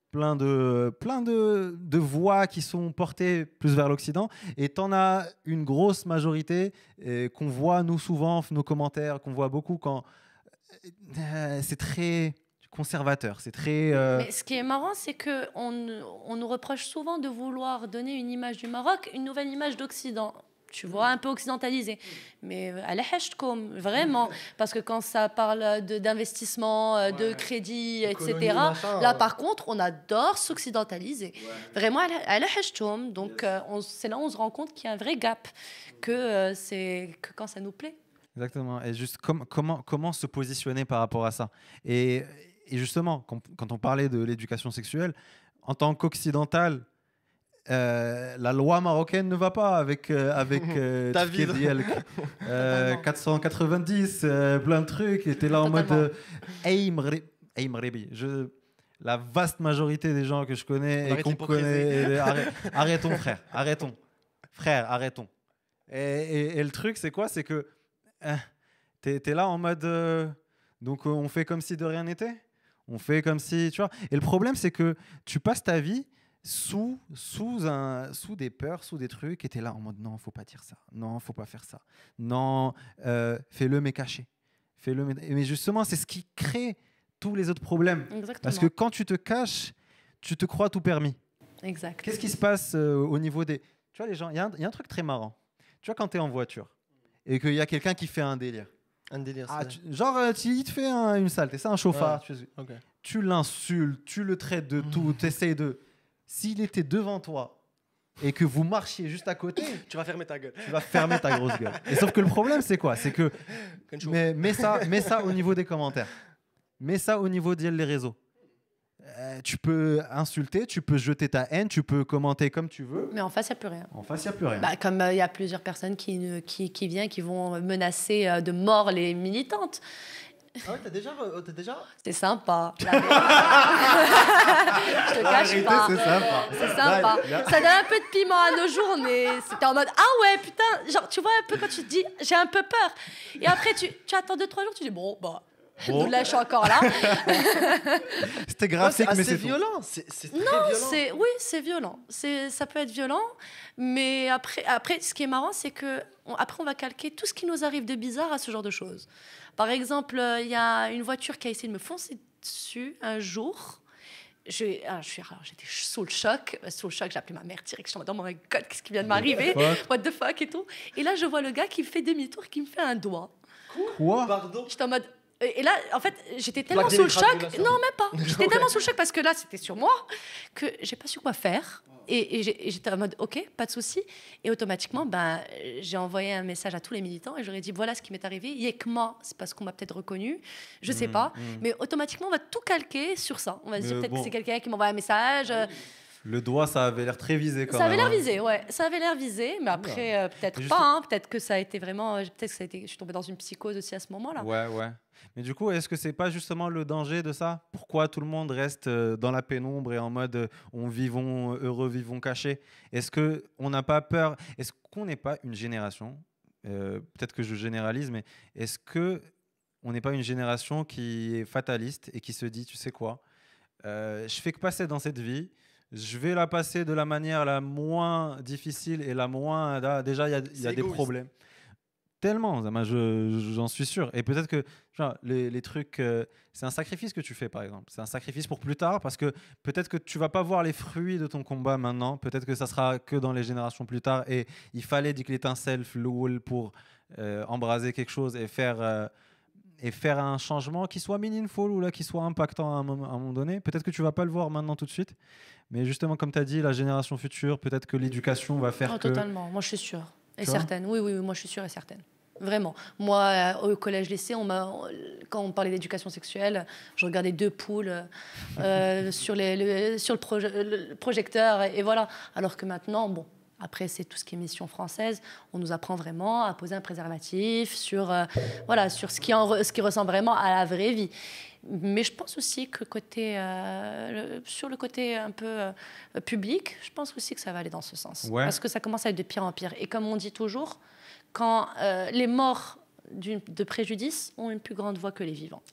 voix qui sont portées plus vers l'Occident. Et tu en as une grosse majorité qu'on voit, nous, souvent, nos commentaires, qu'on voit beaucoup quand... c'est très... conservateur, c'est très... Mais ce qui est marrant, c'est qu'on nous reproche souvent de vouloir donner une image du Maroc, une nouvelle image d'Occident, tu vois, un peu occidentalisée. Mais à la hashkom, vraiment, parce que quand ça parle d'investissement, de crédit, etc., là, par contre, on adore s'occidentaliser. Vraiment, à la hashkom. Donc, c'est là où on se rend compte qu'il y a un vrai gap, que quand ça nous plaît. Exactement. Et juste comment se positionner par rapport à ça. Et justement, quand on parlait de l'éducation sexuelle, en tant qu'occidental, la loi marocaine ne va pas avec David. 490, plein de trucs. Et t'es là en mode la vaste majorité des gens que je connais et qu'on connaît. Arrêtons, frère. Arrêtons. Et le truc, c'est quoi? C'est que t'es là en mode... donc on fait comme si de rien n'était. On fait comme si, tu vois. Et le problème, c'est que tu passes ta vie sous des peurs, sous des trucs, et t'es là en mode non, faut pas dire ça, non, faut pas faire ça, non, fais-le mais caché, fais-le mais justement, c'est ce qui crée tous les autres problèmes. Exactement. Parce que quand tu te caches, tu te crois tout permis. Exact. Qu'est-ce qui se passe au niveau des... Tu vois, les gens, il y a un truc très marrant. Tu vois, quand t'es en voiture et qu'il y a quelqu'un qui fait un délire. Un délire, genre, il te fait une saleté, c'est un chauffard. Ouais. Tu l'insultes, tu le traites de tout, tu essayes de... S'il était devant toi et que vous marchiez juste à côté... tu vas fermer ta gueule. Tu vas fermer ta grosse gueule. Et sauf que le problème, c'est quoi? C'est que... Mets ça au niveau des commentaires. Mets ça au niveau des réseaux. Tu peux insulter, tu peux jeter ta haine, tu peux commenter comme tu veux. Mais en face, il n'y a plus rien. En face, il n'y a plus rien. Comme il y a plusieurs personnes qui viennent, qui vont menacer de mort les militantes. Ah ouais, t'as déjà... C'est sympa. Je te cache cache pas. C'est sympa. C'est sympa. Ça donne un peu de piment à nos journées. C'était en mode, ah ouais, putain. Genre, tu vois un peu quand tu te dis, j'ai un peu peur. Et après, tu attends 2-3 jours, tu dis, bon, bah. Bon. Là, je suis encore là. C'était graphique, mais c'est violent. C'est très non, violent. oui, c'est violent. Ça peut être violent, mais après, ce qui est marrant, c'est que après, on va calquer tout ce qui nous arrive de bizarre à ce genre de choses. Par exemple, il y a une voiture qui a essayé de me foncer dessus un jour. J'étais sous le choc. Sous le choc, j'ai appelé ma mère direct. Je suis en mode, oh my God, qu'est-ce qui vient de m'arriver? What the fuck et tout. Et là, je vois le gars qui fait demi-tour, qui me fait un doigt. Quoi? Pardon? J'étais en mode... Et là, en fait, j'étais tellement sous le choc. Non, même pas. J'étais tellement sous le choc parce que là, c'était sur moi que j'ai pas su quoi faire. Et j'étais en mode, OK, pas de souci. Et automatiquement, j'ai envoyé un message à tous les militants et j'aurais dit, voilà ce qui m'est arrivé. Il y a que moi, c'est parce qu'on m'a peut-être reconnu. Je sais pas. Mais automatiquement, on va tout calquer sur ça. On va se dire peut-être que c'est quelqu'un qui m'envoie un message. Le doigt, ça avait l'air très visé quand même. Ça avait l'air visé, ouais. Ça avait l'air visé, mais après, peut-être pas. Hein. Peut-être que ça a été vraiment... je suis tombée dans une psychose aussi à ce moment-là. Ouais. Mais du coup, est-ce que c'est pas justement le danger de ça? Pourquoi tout le monde reste dans la pénombre et en mode on vivons heureux, vivons cachés? Est-ce qu'on n'a pas peur? Est-ce qu'on n'est pas une génération, peut-être que je généralise, mais est-ce qu'on n'est pas une génération qui est fataliste et qui se dit, tu sais quoi, je fais que passer dans cette vie, je vais la passer de la manière la moins difficile et la moins... Là, déjà, il y a des problèmes. Tellement, j'en suis sûr. Et peut-être que genre, les trucs, c'est un sacrifice que tu fais, par exemple. C'est un sacrifice pour plus tard, parce que peut-être que tu vas pas voir les fruits de ton combat maintenant. Peut-être que ça sera que dans les générations plus tard. Et il fallait que l'étincelle floule pour embraser quelque chose et faire un changement qui soit meaningful ou là, qui soit impactant à un moment donné. Peut-être que tu vas pas le voir maintenant tout de suite. Mais justement, comme tu as dit, la génération future, peut-être que l'éducation va faire que... Totalement, moi je suis sûre. Et certaine, oui, moi je suis sûre et certaine. Vraiment. Moi, au collège-lycée, quand on parlait d'éducation sexuelle, je regardais 2 poules sur le projecteur, et voilà. Alors que maintenant, bon, après, c'est tout ce qui est mission française, on nous apprend vraiment à poser un préservatif sur ce qui ressemble vraiment à la vraie vie. Mais je pense aussi que sur le côté un peu public, je pense aussi que ça va aller dans ce sens. Ouais. Parce que ça commence à être de pire en pire. Et comme on dit toujours, quand les morts de préjudice ont une plus grande voix que les vivants.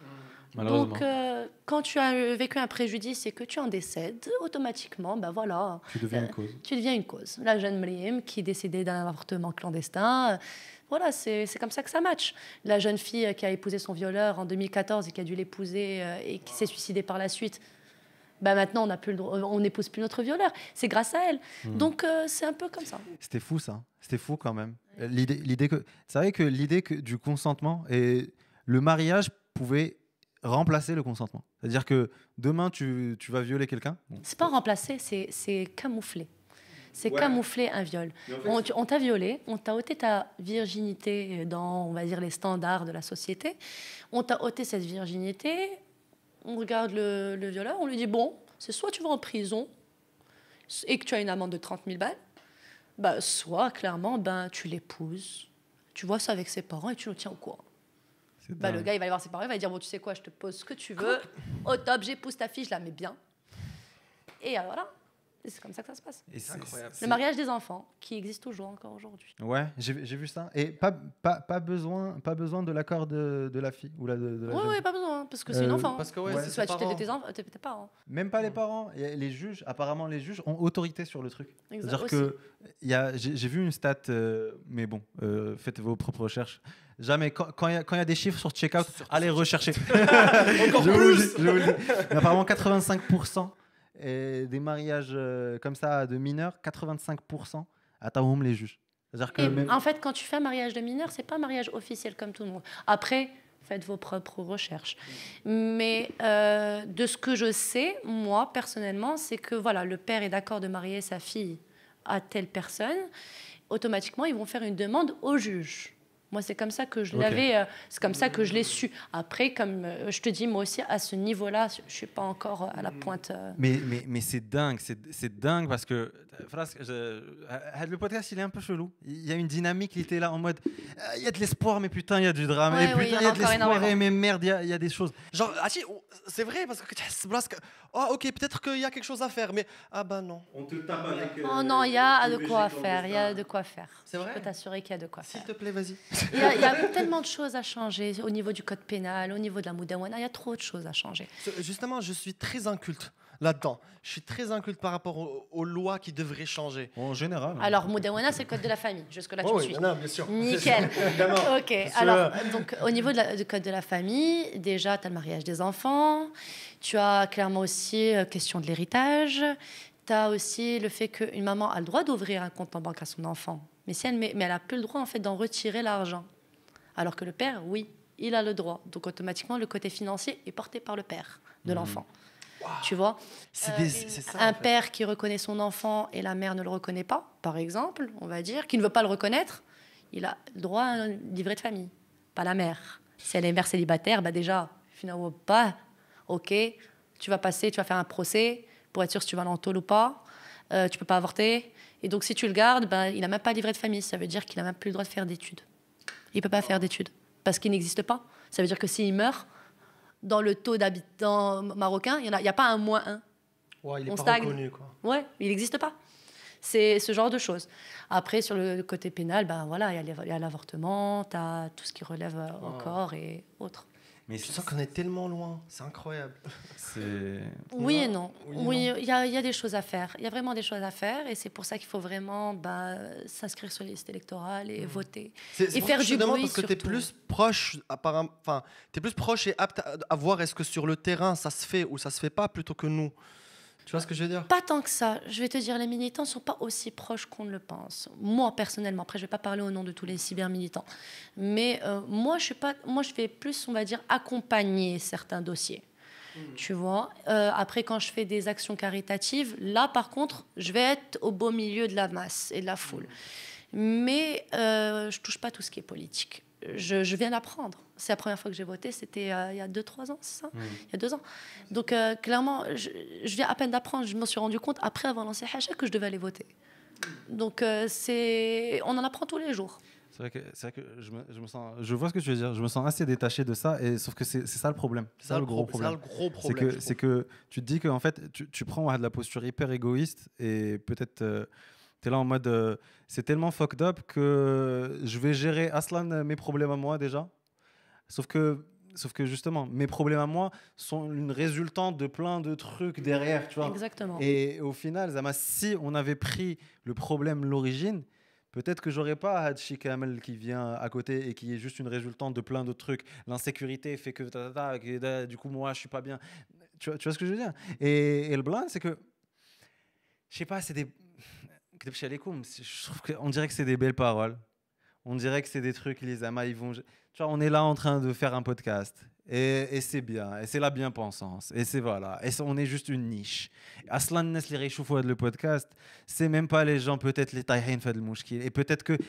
Donc, quand tu as vécu un préjudice et que tu en décèdes, automatiquement, voilà. Tu deviens une cause. Tu deviens une cause. La jeune Mriem qui est décédée d'un avortement clandestin, voilà, c'est comme ça que ça match. La jeune fille qui a épousé son violeur en 2014 et qui a dû l'épouser et qui s'est suicidée par la suite, maintenant, on n'épouse plus notre violeur. C'est grâce à elle. Donc, c'est un peu comme ça. C'était fou, ça. C'était fou quand même. C'est vrai que l'idée du consentement et le mariage pouvait remplacer le consentement. C'est-à-dire que demain, tu vas violer quelqu'un. C'est pas remplacer, c'est camoufler. C'est camoufler un viol. En fait, on t'a violé, on t'a ôté ta virginité dans, on va dire, les standards de la société. On t'a ôté cette virginité. On regarde le violeur, on lui dit, bon, c'est soit tu vas en prison et que tu as une amende de 30 000 balles, soit, clairement, tu l'épouses, tu vois ça avec ses parents et tu nous tiens au courant. Le gars, il va aller voir ses parents, il va dire, bon, tu sais quoi, je te pose ce que tu veux, au top, j'épouse ta fille, je la mets bien. Et voilà. Et c'est comme ça que ça se passe. Et c'est incroyable. Le mariage des enfants, qui existe toujours encore aujourd'hui. Ouais, j'ai vu ça. Et pas besoin de l'accord de la fille ou de la jeune. Oui, pas besoin, parce que c'est une enfant. Parce que c'est soit tu t'es de tes parents. Même pas les parents. Les juges, apparemment, les juges ont autorité sur le truc. C'est-à-dire que j'ai vu une stat, mais bon, faites vos propres recherches. Jamais, quand il y a des chiffres sur checkout, allez rechercher. Encore plus. Apparemment, 85%. Et des mariages comme ça de mineurs, 85% à Taoum les juges. C'est-à-dire que en fait, quand tu fais un mariage de mineur, c'est pas un mariage officiel comme tout le monde. Après, faites vos propres recherches. Mais de ce que je sais, moi personnellement, c'est que voilà, le père est d'accord de marier sa fille à telle personne. Automatiquement, ils vont faire une demande au juge. Moi, c'est comme ça que je l'avais, c'est comme ça que je l'ai su. Après, comme je te dis, moi aussi, à ce niveau-là, je ne suis pas encore à la pointe. Mais c'est dingue, c'est dingue parce que le podcast, il est un peu chelou. Il y a une dynamique, il était là en mode, il y a de l'espoir, mais putain, il y a du drame. Ouais, et putain, il y a de l'espoir, mais merde, il y a des choses. Genre, c'est vrai, parce que ok, peut-être qu'il y a quelque chose à faire, mais non. On te tape avec. Oh non, il y a de quoi faire, il y a de quoi faire. C'est vrai? Je peux t'assurer qu'il y a de quoi faire. S'il te plaît, vas-y. Il y a tellement de choses à changer au niveau du code pénal, au niveau de la Moudawana, il y a trop de choses à changer. Justement, je suis très inculte là-dedans. Je suis très inculte par rapport aux lois qui devraient changer. En général. Alors, Moudawana, c'est le code de la famille. Jusque-là, tu me suis. Non, bien sûr. Nickel. Évidemment. Ok. Alors, donc, au niveau du code de la famille, déjà, tu as le mariage des enfants. Tu as clairement aussi question de l'héritage. Tu as aussi le fait qu'une maman a le droit d'ouvrir un compte en banque à son enfant. Mais elle n'a plus le droit en fait, d'en retirer l'argent. Alors que le père, oui, il a le droit. Donc automatiquement, le côté financier est porté par le père de l'enfant. Wow. Tu vois, c'est ça, un père qui reconnaît son enfant et la mère ne le reconnaît pas, par exemple, on va dire, qui ne veut pas le reconnaître, il a le droit à un livret de famille, pas la mère. Si elle est mère célibataire, déjà, finalement, pas, ok, tu vas faire un procès pour être sûr si tu vas l'entôle ou pas, tu peux pas avorter. Et donc, si tu le gardes, il n'a même pas de livret de famille. Ça veut dire qu'il n'a même plus le droit de faire d'études. Il ne peut pas faire d'études parce qu'il n'existe pas. Ça veut dire que s'il meurt, dans le taux d'habitants marocains, il n'y a pas un -1. Ouais, il n'est pas stagne. reconnu, quoi. Ouais, il n'existe pas. C'est ce genre de choses. Après, sur le côté pénal, il y a l'avortement, tu as tout ce qui relève encore et autres. Mais je sens qu'on est tellement loin, c'est incroyable. Oui et non. Oui, il y a des choses à faire. Il y a vraiment des choses à faire et c'est pour ça qu'il faut vraiment s'inscrire sur les listes électorales et voter. Et faire du bruit parce que tu es plus proche, t'es plus proche et apte à voir est-ce que sur le terrain ça se fait ou ça se fait pas plutôt que nous. Tu vois ce que je veux dire? Pas tant que ça. Je vais te dire, les militants ne sont pas aussi proches qu'on ne le pense. Moi, personnellement, après, je ne vais pas parler au nom de tous les cyber-militants. Mais moi, je vais plus, on va dire, accompagner certains dossiers. Tu vois, après, quand je fais des actions caritatives, là, par contre, je vais être au beau milieu de la masse et de la foule. Mais je ne touche pas tout ce qui est politique. Je viens d'apprendre. C'est la première fois que j'ai voté, c'était il y a 2-3 ans, c'est ça? Il y a 2 ans. Donc, clairement, je viens à peine d'apprendre. Je me suis rendu compte, après avoir lancé Hacha, que je devais aller voter. Donc, on en apprend tous les jours. C'est vrai que je vois ce que tu veux dire. Je me sens assez détaché de ça, sauf que c'est ça le problème. C'est ça le gros problème. C'est que tu te dis que en fait, tu prends de la posture hyper égoïste et peut-être... T'es là en mode, c'est tellement fucked up que je vais gérer Aslan mes problèmes à moi déjà. Sauf que justement, mes problèmes à moi sont une résultante de plein de trucs derrière, tu vois. Exactement. Et au final, Zama, si on avait pris le problème, l'origine, peut-être que j'aurais pas Hadchi Kamel qui vient à côté et qui est juste une résultante de plein d'autres trucs. L'insécurité fait que du coup, moi, je suis pas bien. Tu vois ce que je veux dire? Et le blanc, c'est que, je sais pas, c'est des... Je trouve qu'on dirait que c'est des belles paroles. On dirait que c'est des trucs, les amas, ils vont... Tu vois, on est là en train de faire un podcast. Et c'est bien. Et c'est la bien-pensance. Et c'est voilà. Et on est juste une niche. Aslan Nes les réchauffent le podcast, c'est même pas les gens, peut-être les taïhin fait le mouchkil. Et peut-être que...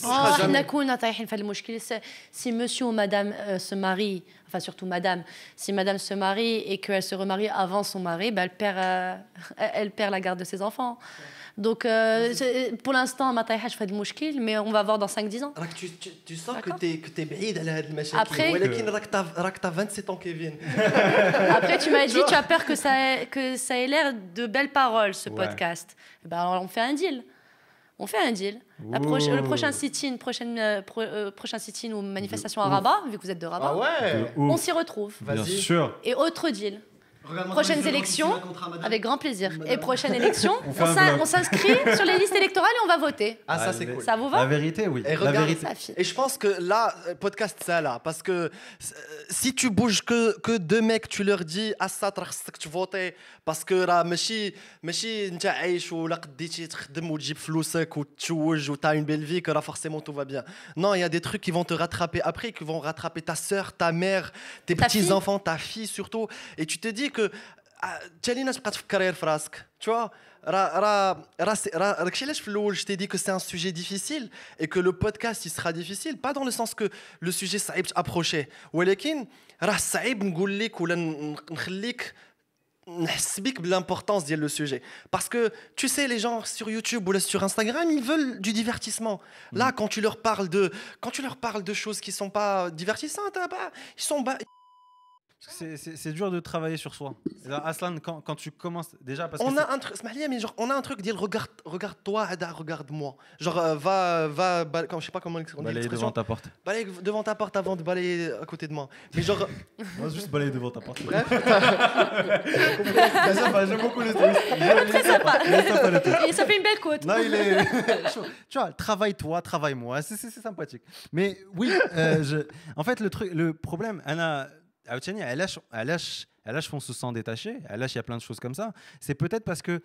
Si monsieur ou madame se marie, enfin surtout madame, si madame se marie et qu'elle se remarie avant son mari, elle perd la garde de ses enfants. Donc, pour l'instant, ma taille, je fais de mouchkil, mais on va voir dans 5-10 ans. Tu sens que t'es بعيد على هاد المشاكل. Après, راك t'as 27 ans, Kevin. Après, tu m'as dit, tu as peur que ça ait l'air de belles paroles, ce podcast. Alors, on fait un deal. On fait un deal. Le prochain sit-in, prochain sit-in ou manifestation à Rabat, vu que vous êtes de Rabat, on s'y retrouve. Bien sûr. Et autre deal. Prochaines élections, avec grand plaisir. Et prochaine élection, on s'inscrit sur les listes électorales et on va voter. Ah, ça c'est cool. Ça vous va? La vérité, oui. Et, la vérité. Et je pense que là, podcast, ça là. Parce que si tu bouges que 2 mecs, tu leur dis à ça, tu votes. Parce que là, ماشي انت عايش ولا قديتي تخدم وتجيب فلوسك وتتزوج و t'as une belle vie que là forcément tout va bien. Non, il y a des trucs qui vont te rattraper après, qui vont rattraper ta sœur, ta mère, tes petits-enfants, ta fille surtout. Et tu te dis que تالينا تبقى تفكر في راسك tu vois راكشي علاش في الاول je t'ai dit que c'est un sujet difficile et que le podcast il sera difficile pas dans le sens que le sujet صعيب تابروشي ولكن راه صعيب نقول لك ولا نخليك نحس بك بالimportance ديال le sujet parce que tu sais les gens sur YouTube ou sur Instagram ils veulent du divertissement là quand tu leur parles de choses qui sont pas divertissantes ils sont C'est dur de travailler sur soi. Aslan, quand tu commences déjà parce on a un truc, mais genre on a un truc dire regarde-toi, Ada, regarde-moi. Genre je sais pas comment on dit. Balayer devant ta porte. Balayer devant ta porte avant de balayer à côté de moi. Mais genre moi juste balayer devant ta porte. Bref. J'aime beaucoup les trucs. Très sympa. Et ça fait une belle côte. Non, il est tu vois, travaille-toi, travaille-moi, c'est sympathique. Mais oui, en fait le problème Anna عاوتاني علاش font se sent détaché علاش il y a plein de choses comme ça c'est peut-être parce que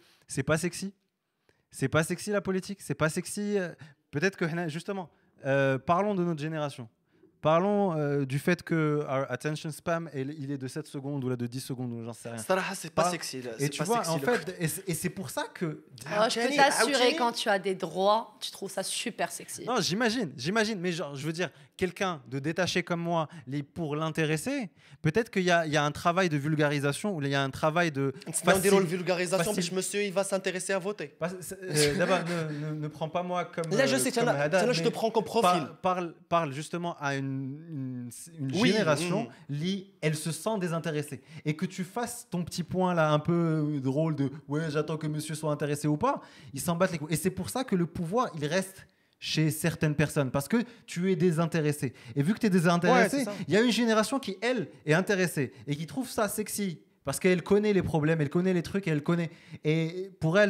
c'est pas sexy la politique c'est pas sexy peut-être que justement parlons de notre génération parlons du fait que our attention spam il est de 7 secondes ou là de 10 secondes ou j'en sais rien. C'est pas sexy là. Et tu vois en fait et c'est pour ça que je peux t'assurer quand tu as des droits, tu trouves ça super sexy. Non, j'imagine mais genre je veux dire quelqu'un de détaché comme moi pour l'intéresser, peut-être qu'il y a un travail de vulgarisation ou il y a un travail de vulgarisation mais monsieur il va s'intéresser à voter. D'abord ne prends pas moi comme là je sais là je te prends comme profil. Parle justement à une génération elle se sent désintéressée et que tu fasses ton petit point là un peu drôle de ouais j'attends que monsieur soit intéressé ou pas, ils s'en battent les couilles et c'est pour ça que le pouvoir il reste chez certaines personnes parce que tu es désintéressé et vu que tu es désintéressé il y a une génération qui elle est intéressée et qui trouve ça sexy parce qu'elle connaît les problèmes, elle connaît les trucs et elle connaît et pour elle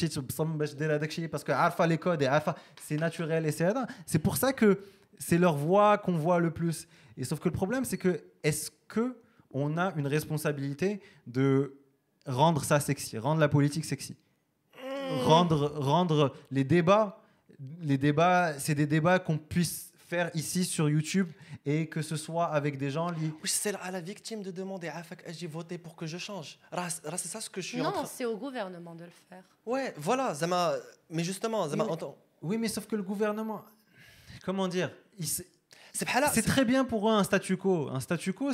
parce que alpha les codes et alpha c'est naturel et c'est pour ça que c'est leur voix qu'on voit le plus et sauf que le problème c'est que est-ce que on a une responsabilité de rendre ça sexy, rendre la politique sexy, rendre les débats c'est des débats qu'on puisse faire ici sur YouTube et que ce soit avec des gens c'est à la victime de demander j'ai voté pour que je change. C'est ça ce que je suis non c'est au gouvernement de le faire. Ouais voilà mais justement oui mais sauf que le gouvernement comment dire c'est très bien pour eux un statu quo. Un statu quo,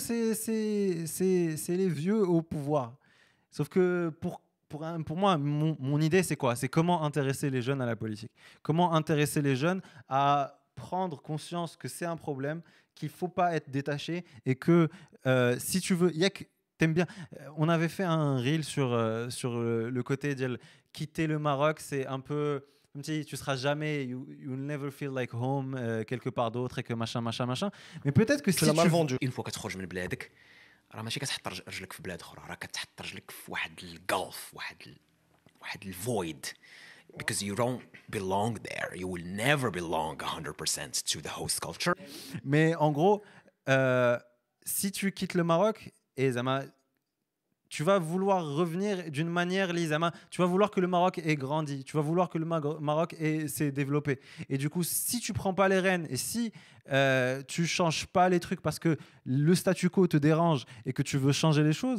c'est les vieux au pouvoir. Sauf que pour moi, mon idée, c'est quoi? C'est comment intéresser les jeunes à la politique. Comment intéresser les jeunes à prendre conscience que c'est un problème, qu'il ne faut pas être détaché et que si tu veux... T'aimes bien. On avait fait un reel sur le côté de quitter le Maroc, c'est un peu... tu seras jamais you'll never feel like home quelque part d'autre et que machin mais peut-être que si tu vendu une fois que تخرج من بلادك راه ماشي كتحط رجلك في بلاد اخرى راه كتحط رجلك في واحد الغالف واحد الفويد because you don't belong there you will never belong 100% to the host culture. Mais en gros si tu quittes le Maroc et tu vas vouloir revenir d'une manière, Lizama. Tu vas vouloir que le Maroc ait grandi. Tu vas vouloir que le Maroc s'est développé. Et du coup, si tu prends pas les rênes et si tu changes pas les trucs parce que le statu quo te dérange et que tu veux changer les choses,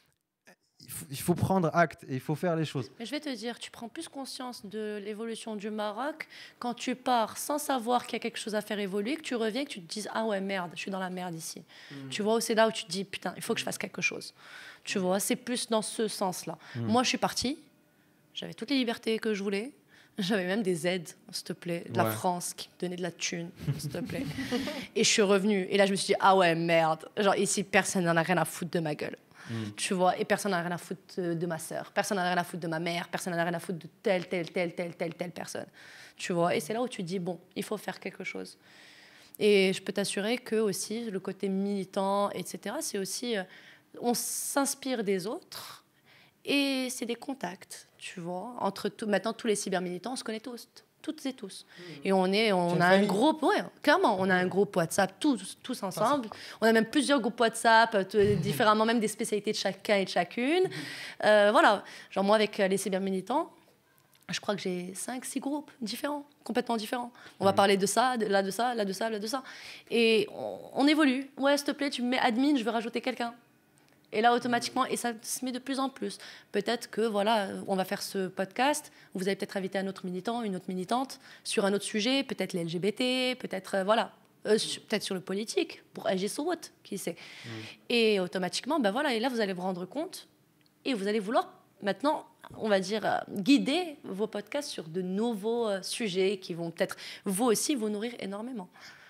il faut prendre acte et il faut faire les choses. Mais je vais te dire, tu prends plus conscience de l'évolution du Maroc quand tu pars sans savoir qu'il y a quelque chose à faire évoluer, que tu reviens, que tu te dises ah ouais merde, je suis dans la merde ici. Tu vois, c'est là où tu te dis putain, il faut que je fasse quelque chose. Tu vois, c'est plus dans ce sens-là. Moi, je suis partie, j'avais toutes les libertés que je voulais. J'avais même des aides, s'il te plaît, de la France qui me donnait de la thune, s'il te plaît. Et je suis revenue. Et là, je me suis dit, ah ouais, merde. Genre, ici, personne n'en a rien à foutre de ma gueule. Tu vois, et personne n'en a rien à foutre de ma sœur. Personne n'en a rien à foutre de ma mère. Personne n'en a rien à foutre de telle personne. Tu vois, et c'est là où tu dis, bon, il faut faire quelque chose. Et je peux t'assurer que aussi, le côté militant, etc., c'est aussi... on s'inspire des autres et c'est des contacts, tu vois. Maintenant, tous les cybermilitants, on se connaît toutes et tous. Et on a un groupe, ouais, clairement, on a un groupe WhatsApp, tous ensemble. On a même plusieurs groupes WhatsApp, différemment, même des spécialités de chacun et de chacune. Voilà, genre moi, avec les cybermilitants, je crois que j'ai 5-6 groupes différents, complètement différents. On va parler de ça, là de ça, là de ça, là de ça. Et on évolue. Ouais, s'il te plaît, tu me mets admin, je veux rajouter quelqu'un. Et là, automatiquement, et ça se met de plus en plus. Peut-être que, voilà, on va faire ce podcast, vous allez peut-être inviter un autre militant, une autre militante, sur un autre sujet, peut-être les LGBT, peut-être, voilà, peut-être sur le politique, pour agir sur vote, qui sait. Et automatiquement, ben voilà, et là, vous allez vous rendre compte, et vous allez vouloir, maintenant, on va dire, guider vos podcasts sur de nouveaux sujets qui vont peut-être, vous aussi, vous nourrir énormément.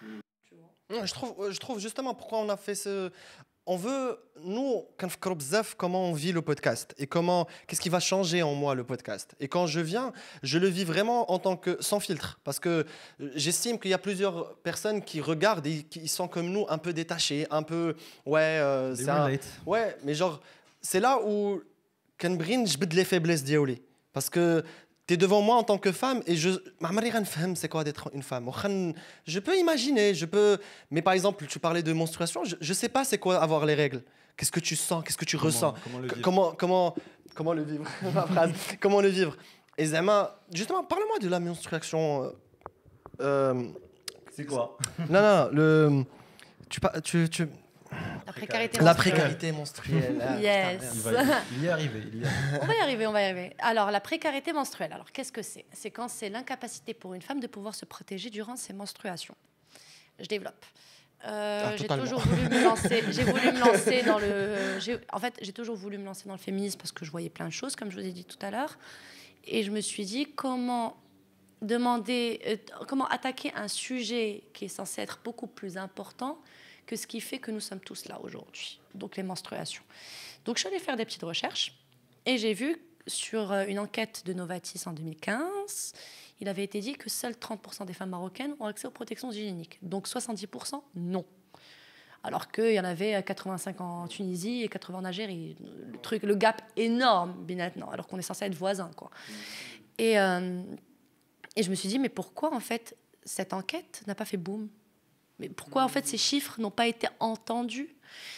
Je trouve justement pourquoi on a fait ce... On veut, nous, comment on vit le podcast et qu'est-ce qui va changer en moi le podcast. Et quand je viens, je le vis vraiment en tant que sans filtre, parce que j'estime qu'il y a plusieurs personnes qui regardent et qui sont comme nous, un peu détachés, un peu ouais, mais genre c'est là où كنبغي نجبد les faiblesses ديالي, parce que tu es devant moi en tant que femme et c'est quoi d'être une femme. Je peux imaginer, mais par exemple, tu parlais de menstruation, je ne sais pas c'est quoi avoir les règles. Qu'est-ce que tu sens, qu'est-ce que tu ressens, comment le vivre, ma phrase, comment le vivre. Et Zama, justement, parle-moi de la menstruation. C'est quoi? Non, La précarité menstruelle. Yes. Il y est arrivé. On va y arriver. Alors, la précarité menstruelle, alors qu'est-ce que c'est? C'est quand c'est l'incapacité pour une femme de pouvoir se protéger durant ses menstruations. Je développe. J'ai toujours voulu me lancer. J'ai toujours voulu me lancer dans le féminisme parce que je voyais plein de choses, comme je vous ai dit tout à l'heure. Et je me suis dit, comment attaquer un sujet qui est censé être beaucoup plus important que ce qui fait que nous sommes tous là aujourd'hui, donc les menstruations. Donc je suis allée faire des petites recherches et j'ai vu sur une enquête de Novatis en 2015, il avait été dit que seuls 30% des femmes marocaines ont accès aux protections hygiéniques, donc 70% non. Alors qu'il y en avait 85 en Tunisie et 80 en Algérie. Le gap énorme, maintenant, alors qu'on est censé être voisins, quoi. Et je me suis dit, mais pourquoi en fait cette enquête n'a pas fait boom? Mais pourquoi en fait ces chiffres n'ont pas été entendus?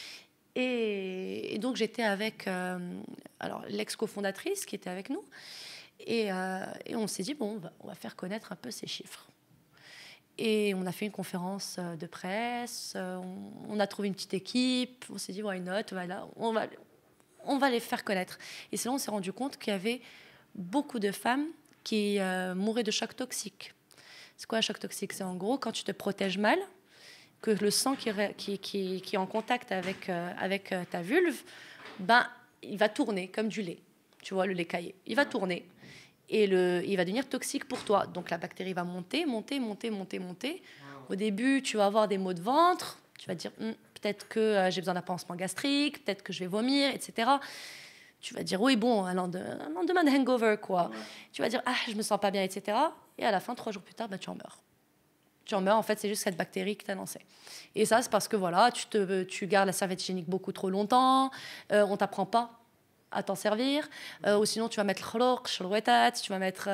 Et donc j'étais avec l'ex-cofondatrice qui était avec nous et on s'est dit bon, on va faire connaître un peu ces chiffres. Et on a fait une conférence de presse, on a trouvé une petite équipe, on s'est dit why not, voilà, on va les faire connaître. Et c'est là on s'est rendu compte qu'il y avait beaucoup de femmes qui mouraient de choc toxique. C'est quoi un choc toxique? C'est en gros quand tu te protèges mal, que le sang qui est en contact avec ta vulve, ben, il va tourner comme du lait. Tu vois, le lait caillé. Il va tourner et il va devenir toxique pour toi. Donc la bactérie va monter. Au début, tu vas avoir des maux de ventre. Tu vas dire, peut-être que j'ai besoin d'un pansement gastrique, peut-être que je vais vomir, etc. Tu vas dire, oui, bon, un lendemain de hangover, quoi. Tu vas dire, je me sens pas bien, etc. Et à la fin, 3 jours plus tard, ben, tu en meurs. Tu en meurs, en fait, c'est juste cette bactérie qui t'a lancé. Et ça, c'est parce que voilà, tu gardes la serviette hygiénique beaucoup trop longtemps, on t'apprend pas à t'en servir, ou sinon tu vas mettre l'khloq, shrouetat, tu vas mettre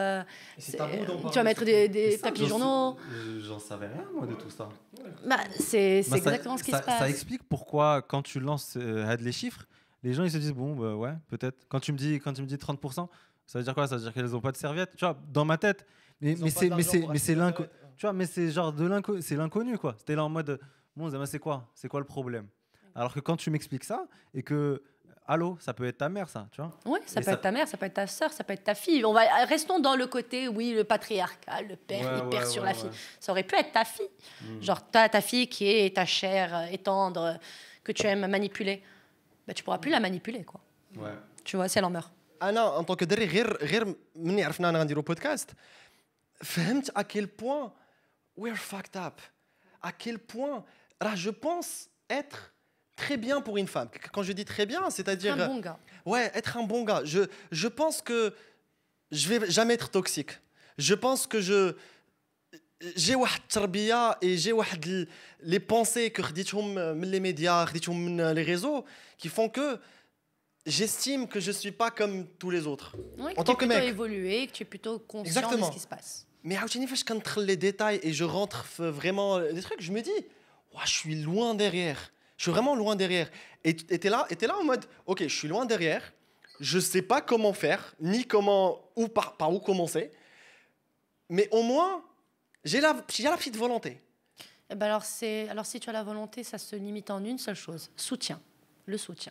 des tapis journaux. J'en savais rien, moi, de tout ça. Bah, c'est exactement ce qui se passe. Ça explique pourquoi, quand tu lances les chiffres, les gens ils se disent, bon, bah, ouais, peut-être. Quand tu me dis 30%, ça veut dire quoi? Ça veut dire qu'elles n'ont pas de serviette? Tu vois, dans ma tête. Mais c'est l'inconnu. Tu vois, mais c'est genre c'est l'inconnu, quoi. C'était là en mode, bon, c'est quoi le problème? Alors que quand tu m'expliques ça et que, allô, ça peut être ta mère, ça, tu vois. Oui, ça peut être ta mère, ça peut être ta sœur, ça peut être ta fille. Restons dans le côté, oui, le patriarcat, le père, il perd sur la fille. Ça aurait pu être ta fille. Genre, ta fille qui est ta chair et tendre, que tu aimes manipuler. Bah, tu pourras plus la manipuler, quoi. Ouais. Tu vois, si elle en meurt. En tant que دري غير من عرفنا انا غنديرو بودكاست فهمت à quel point we're fucked up, à quel point je pense être très bien pour une femme. Quand je dis très bien, c'est-à-dire un bon gars. Ouais, être un bon gars. Je pense que je vais jamais être toxique. Je pense que j'ai واحد التربيه et j'ai واحد les pensées que خديتهم من les médias, خديتهم من les réseaux qui font que j'estime que je suis pas comme tous les autres. Oui, en tant que mec. Tu es plutôt évolué, que tu es plutôt conscient de ce qui se passe. Mais عاوتاني فاش كندخل les détails et je rentre vraiment des trucs, je me dis je suis loin derrière. Je suis vraiment loin derrière. Et t'es là en mode OK, je suis loin derrière. Je sais pas comment faire, ni par où commencer. Mais au moins j'ai la petite volonté. Eh ben alors si tu as la volonté, ça se limite en une seule chose, le soutien.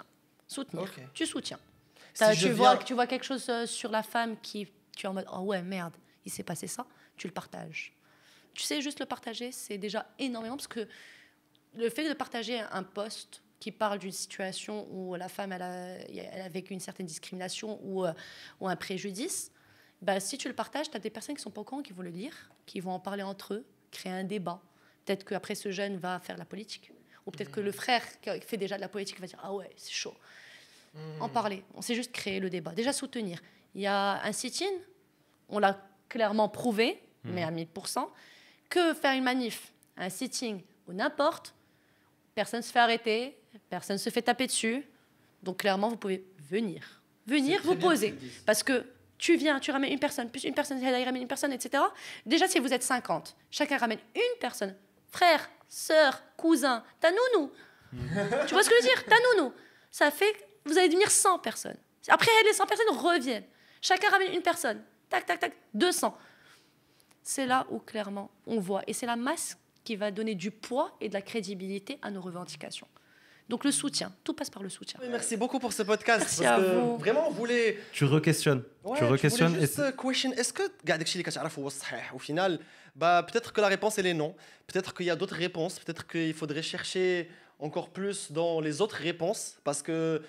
Soutenir. Ok. Tu soutiens. Si je Tu vois quelque chose sur la femme qui tu es en mode oh ouais merde, il s'est passé ça, tu le partages. Tu sais, juste le partager, c'est déjà énormément parce que le fait de partager un post qui parle d'une situation où la femme elle a vécu une certaine discrimination ou un préjudice, bah, si tu le partages, tu as des personnes qui sont pas au courant, qui vont le lire, qui vont en parler entre eux, créer un débat. Peut-être qu'après ce jeune va faire la politique. Ou peut-être que le frère qui fait déjà de la politique va dire ah ouais, c'est chaud. En parler. On sait juste créer le débat. Déjà soutenir. Il y a un sit-in, on l'a clairement prouvé, mais à 1000%, que faire une manif, un sitting ou n'importe, personne ne se fait arrêter, personne ne se fait taper dessus. Donc clairement, vous pouvez venir vous poser. Parce que tu viens, tu ramènes une personne, plus une personne, elle ramène une personne, etc. Déjà, si vous êtes 50, chacun ramène une personne, frère, sœur, cousin, ta nounou. Tu vois ce que je veux dire? Ta nounou. Ça fait que vous allez devenir 100 personnes. Après, les 100 personnes reviennent. Chacun ramène une personne. Tac, tac, tac, 200. C'est là où, clairement, on voit. Et c'est la masse qui va donner du poids et de la crédibilité à nos revendications. Donc, le soutien. Tout passe par le soutien. Oui, merci beaucoup pour ce podcast. Merci parce à que vous. Vraiment, on voulait... Tu re-questionnes. Ouais, tu re-questionnes. voulais juste question. Est-ce que قاعد داكشي اللي كتعرف هو الصحيح au final bah peut-être que la réponse elle est non. Peut-être qu'il y a d'autres réponses. Peut-être qu'il faudrait chercher encore plus dans les autres réponses parce que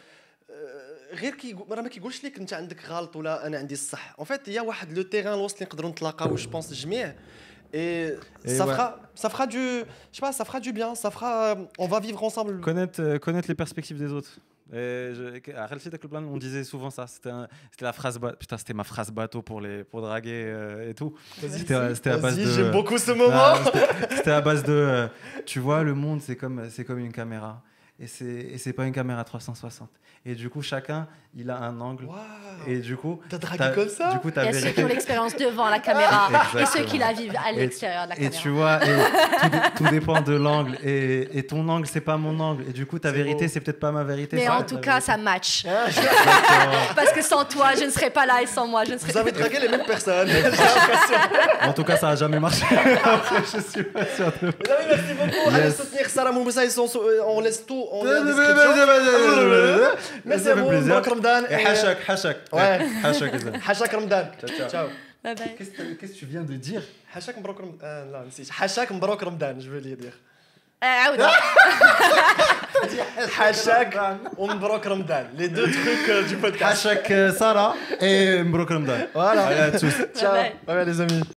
غير راه ما كيقولش لك انت عندك غلط ولا انا عندي الصح. En fait, il y a واحد لو تيران الوسط اللي نقدروا نتلاقاو je pense الجميع. Et ça fera du, je sais pas, ça fera du bien, ça fera, on va vivre ensemble. Connaître les perspectives des autres. À Khalid Akhlban, on disait souvent ça. C'était la phrase putain, c'était ma phrase bateau pour draguer et tout. C'était à base de. J'aime beaucoup ce moment. C'était à base de. Tu vois, le monde c'est comme une caméra. Et c'est pas une caméra 360. Et du coup, chacun, il a un angle. Wow. Et du coup, t'as dragué comme ça. Du coup, il y a ceux qui ont l'expérience devant la caméra et ceux qui la vivent à l'extérieur de la caméra. Et tu vois, tout dépend de l'angle. Et ton angle, c'est pas mon angle. Et du coup, ta vérité, c'est peut-être pas ma vérité. Mais en tout cas, ça match. Parce que sans toi, je ne serais pas là et sans moi, je ne serais pas là. Vous avez dragué les mêmes personnes. En tout cas, ça a jamais marché. Je suis pas sûr de... Merci beaucoup. Allez soutenir Sarah Moumoussa. On laisse tout. On est en description. Merci à vous. Mbarak Ramadan. Et Hachak. Ouais. Hachak Ramadan. Ciao. Bye bye. Qu'est-ce que tu viens de dire? Hachak Mbarak Ramadan. Non, نسيت. Hachak Mbarak Ramadan, je veux dire. Hachak Mbarak Ramadan. Les deux trucs du podcast. Hachak Sarah et Mbarak Ramadan. Voilà. Allez à tous. Ciao. Bye bye les amis.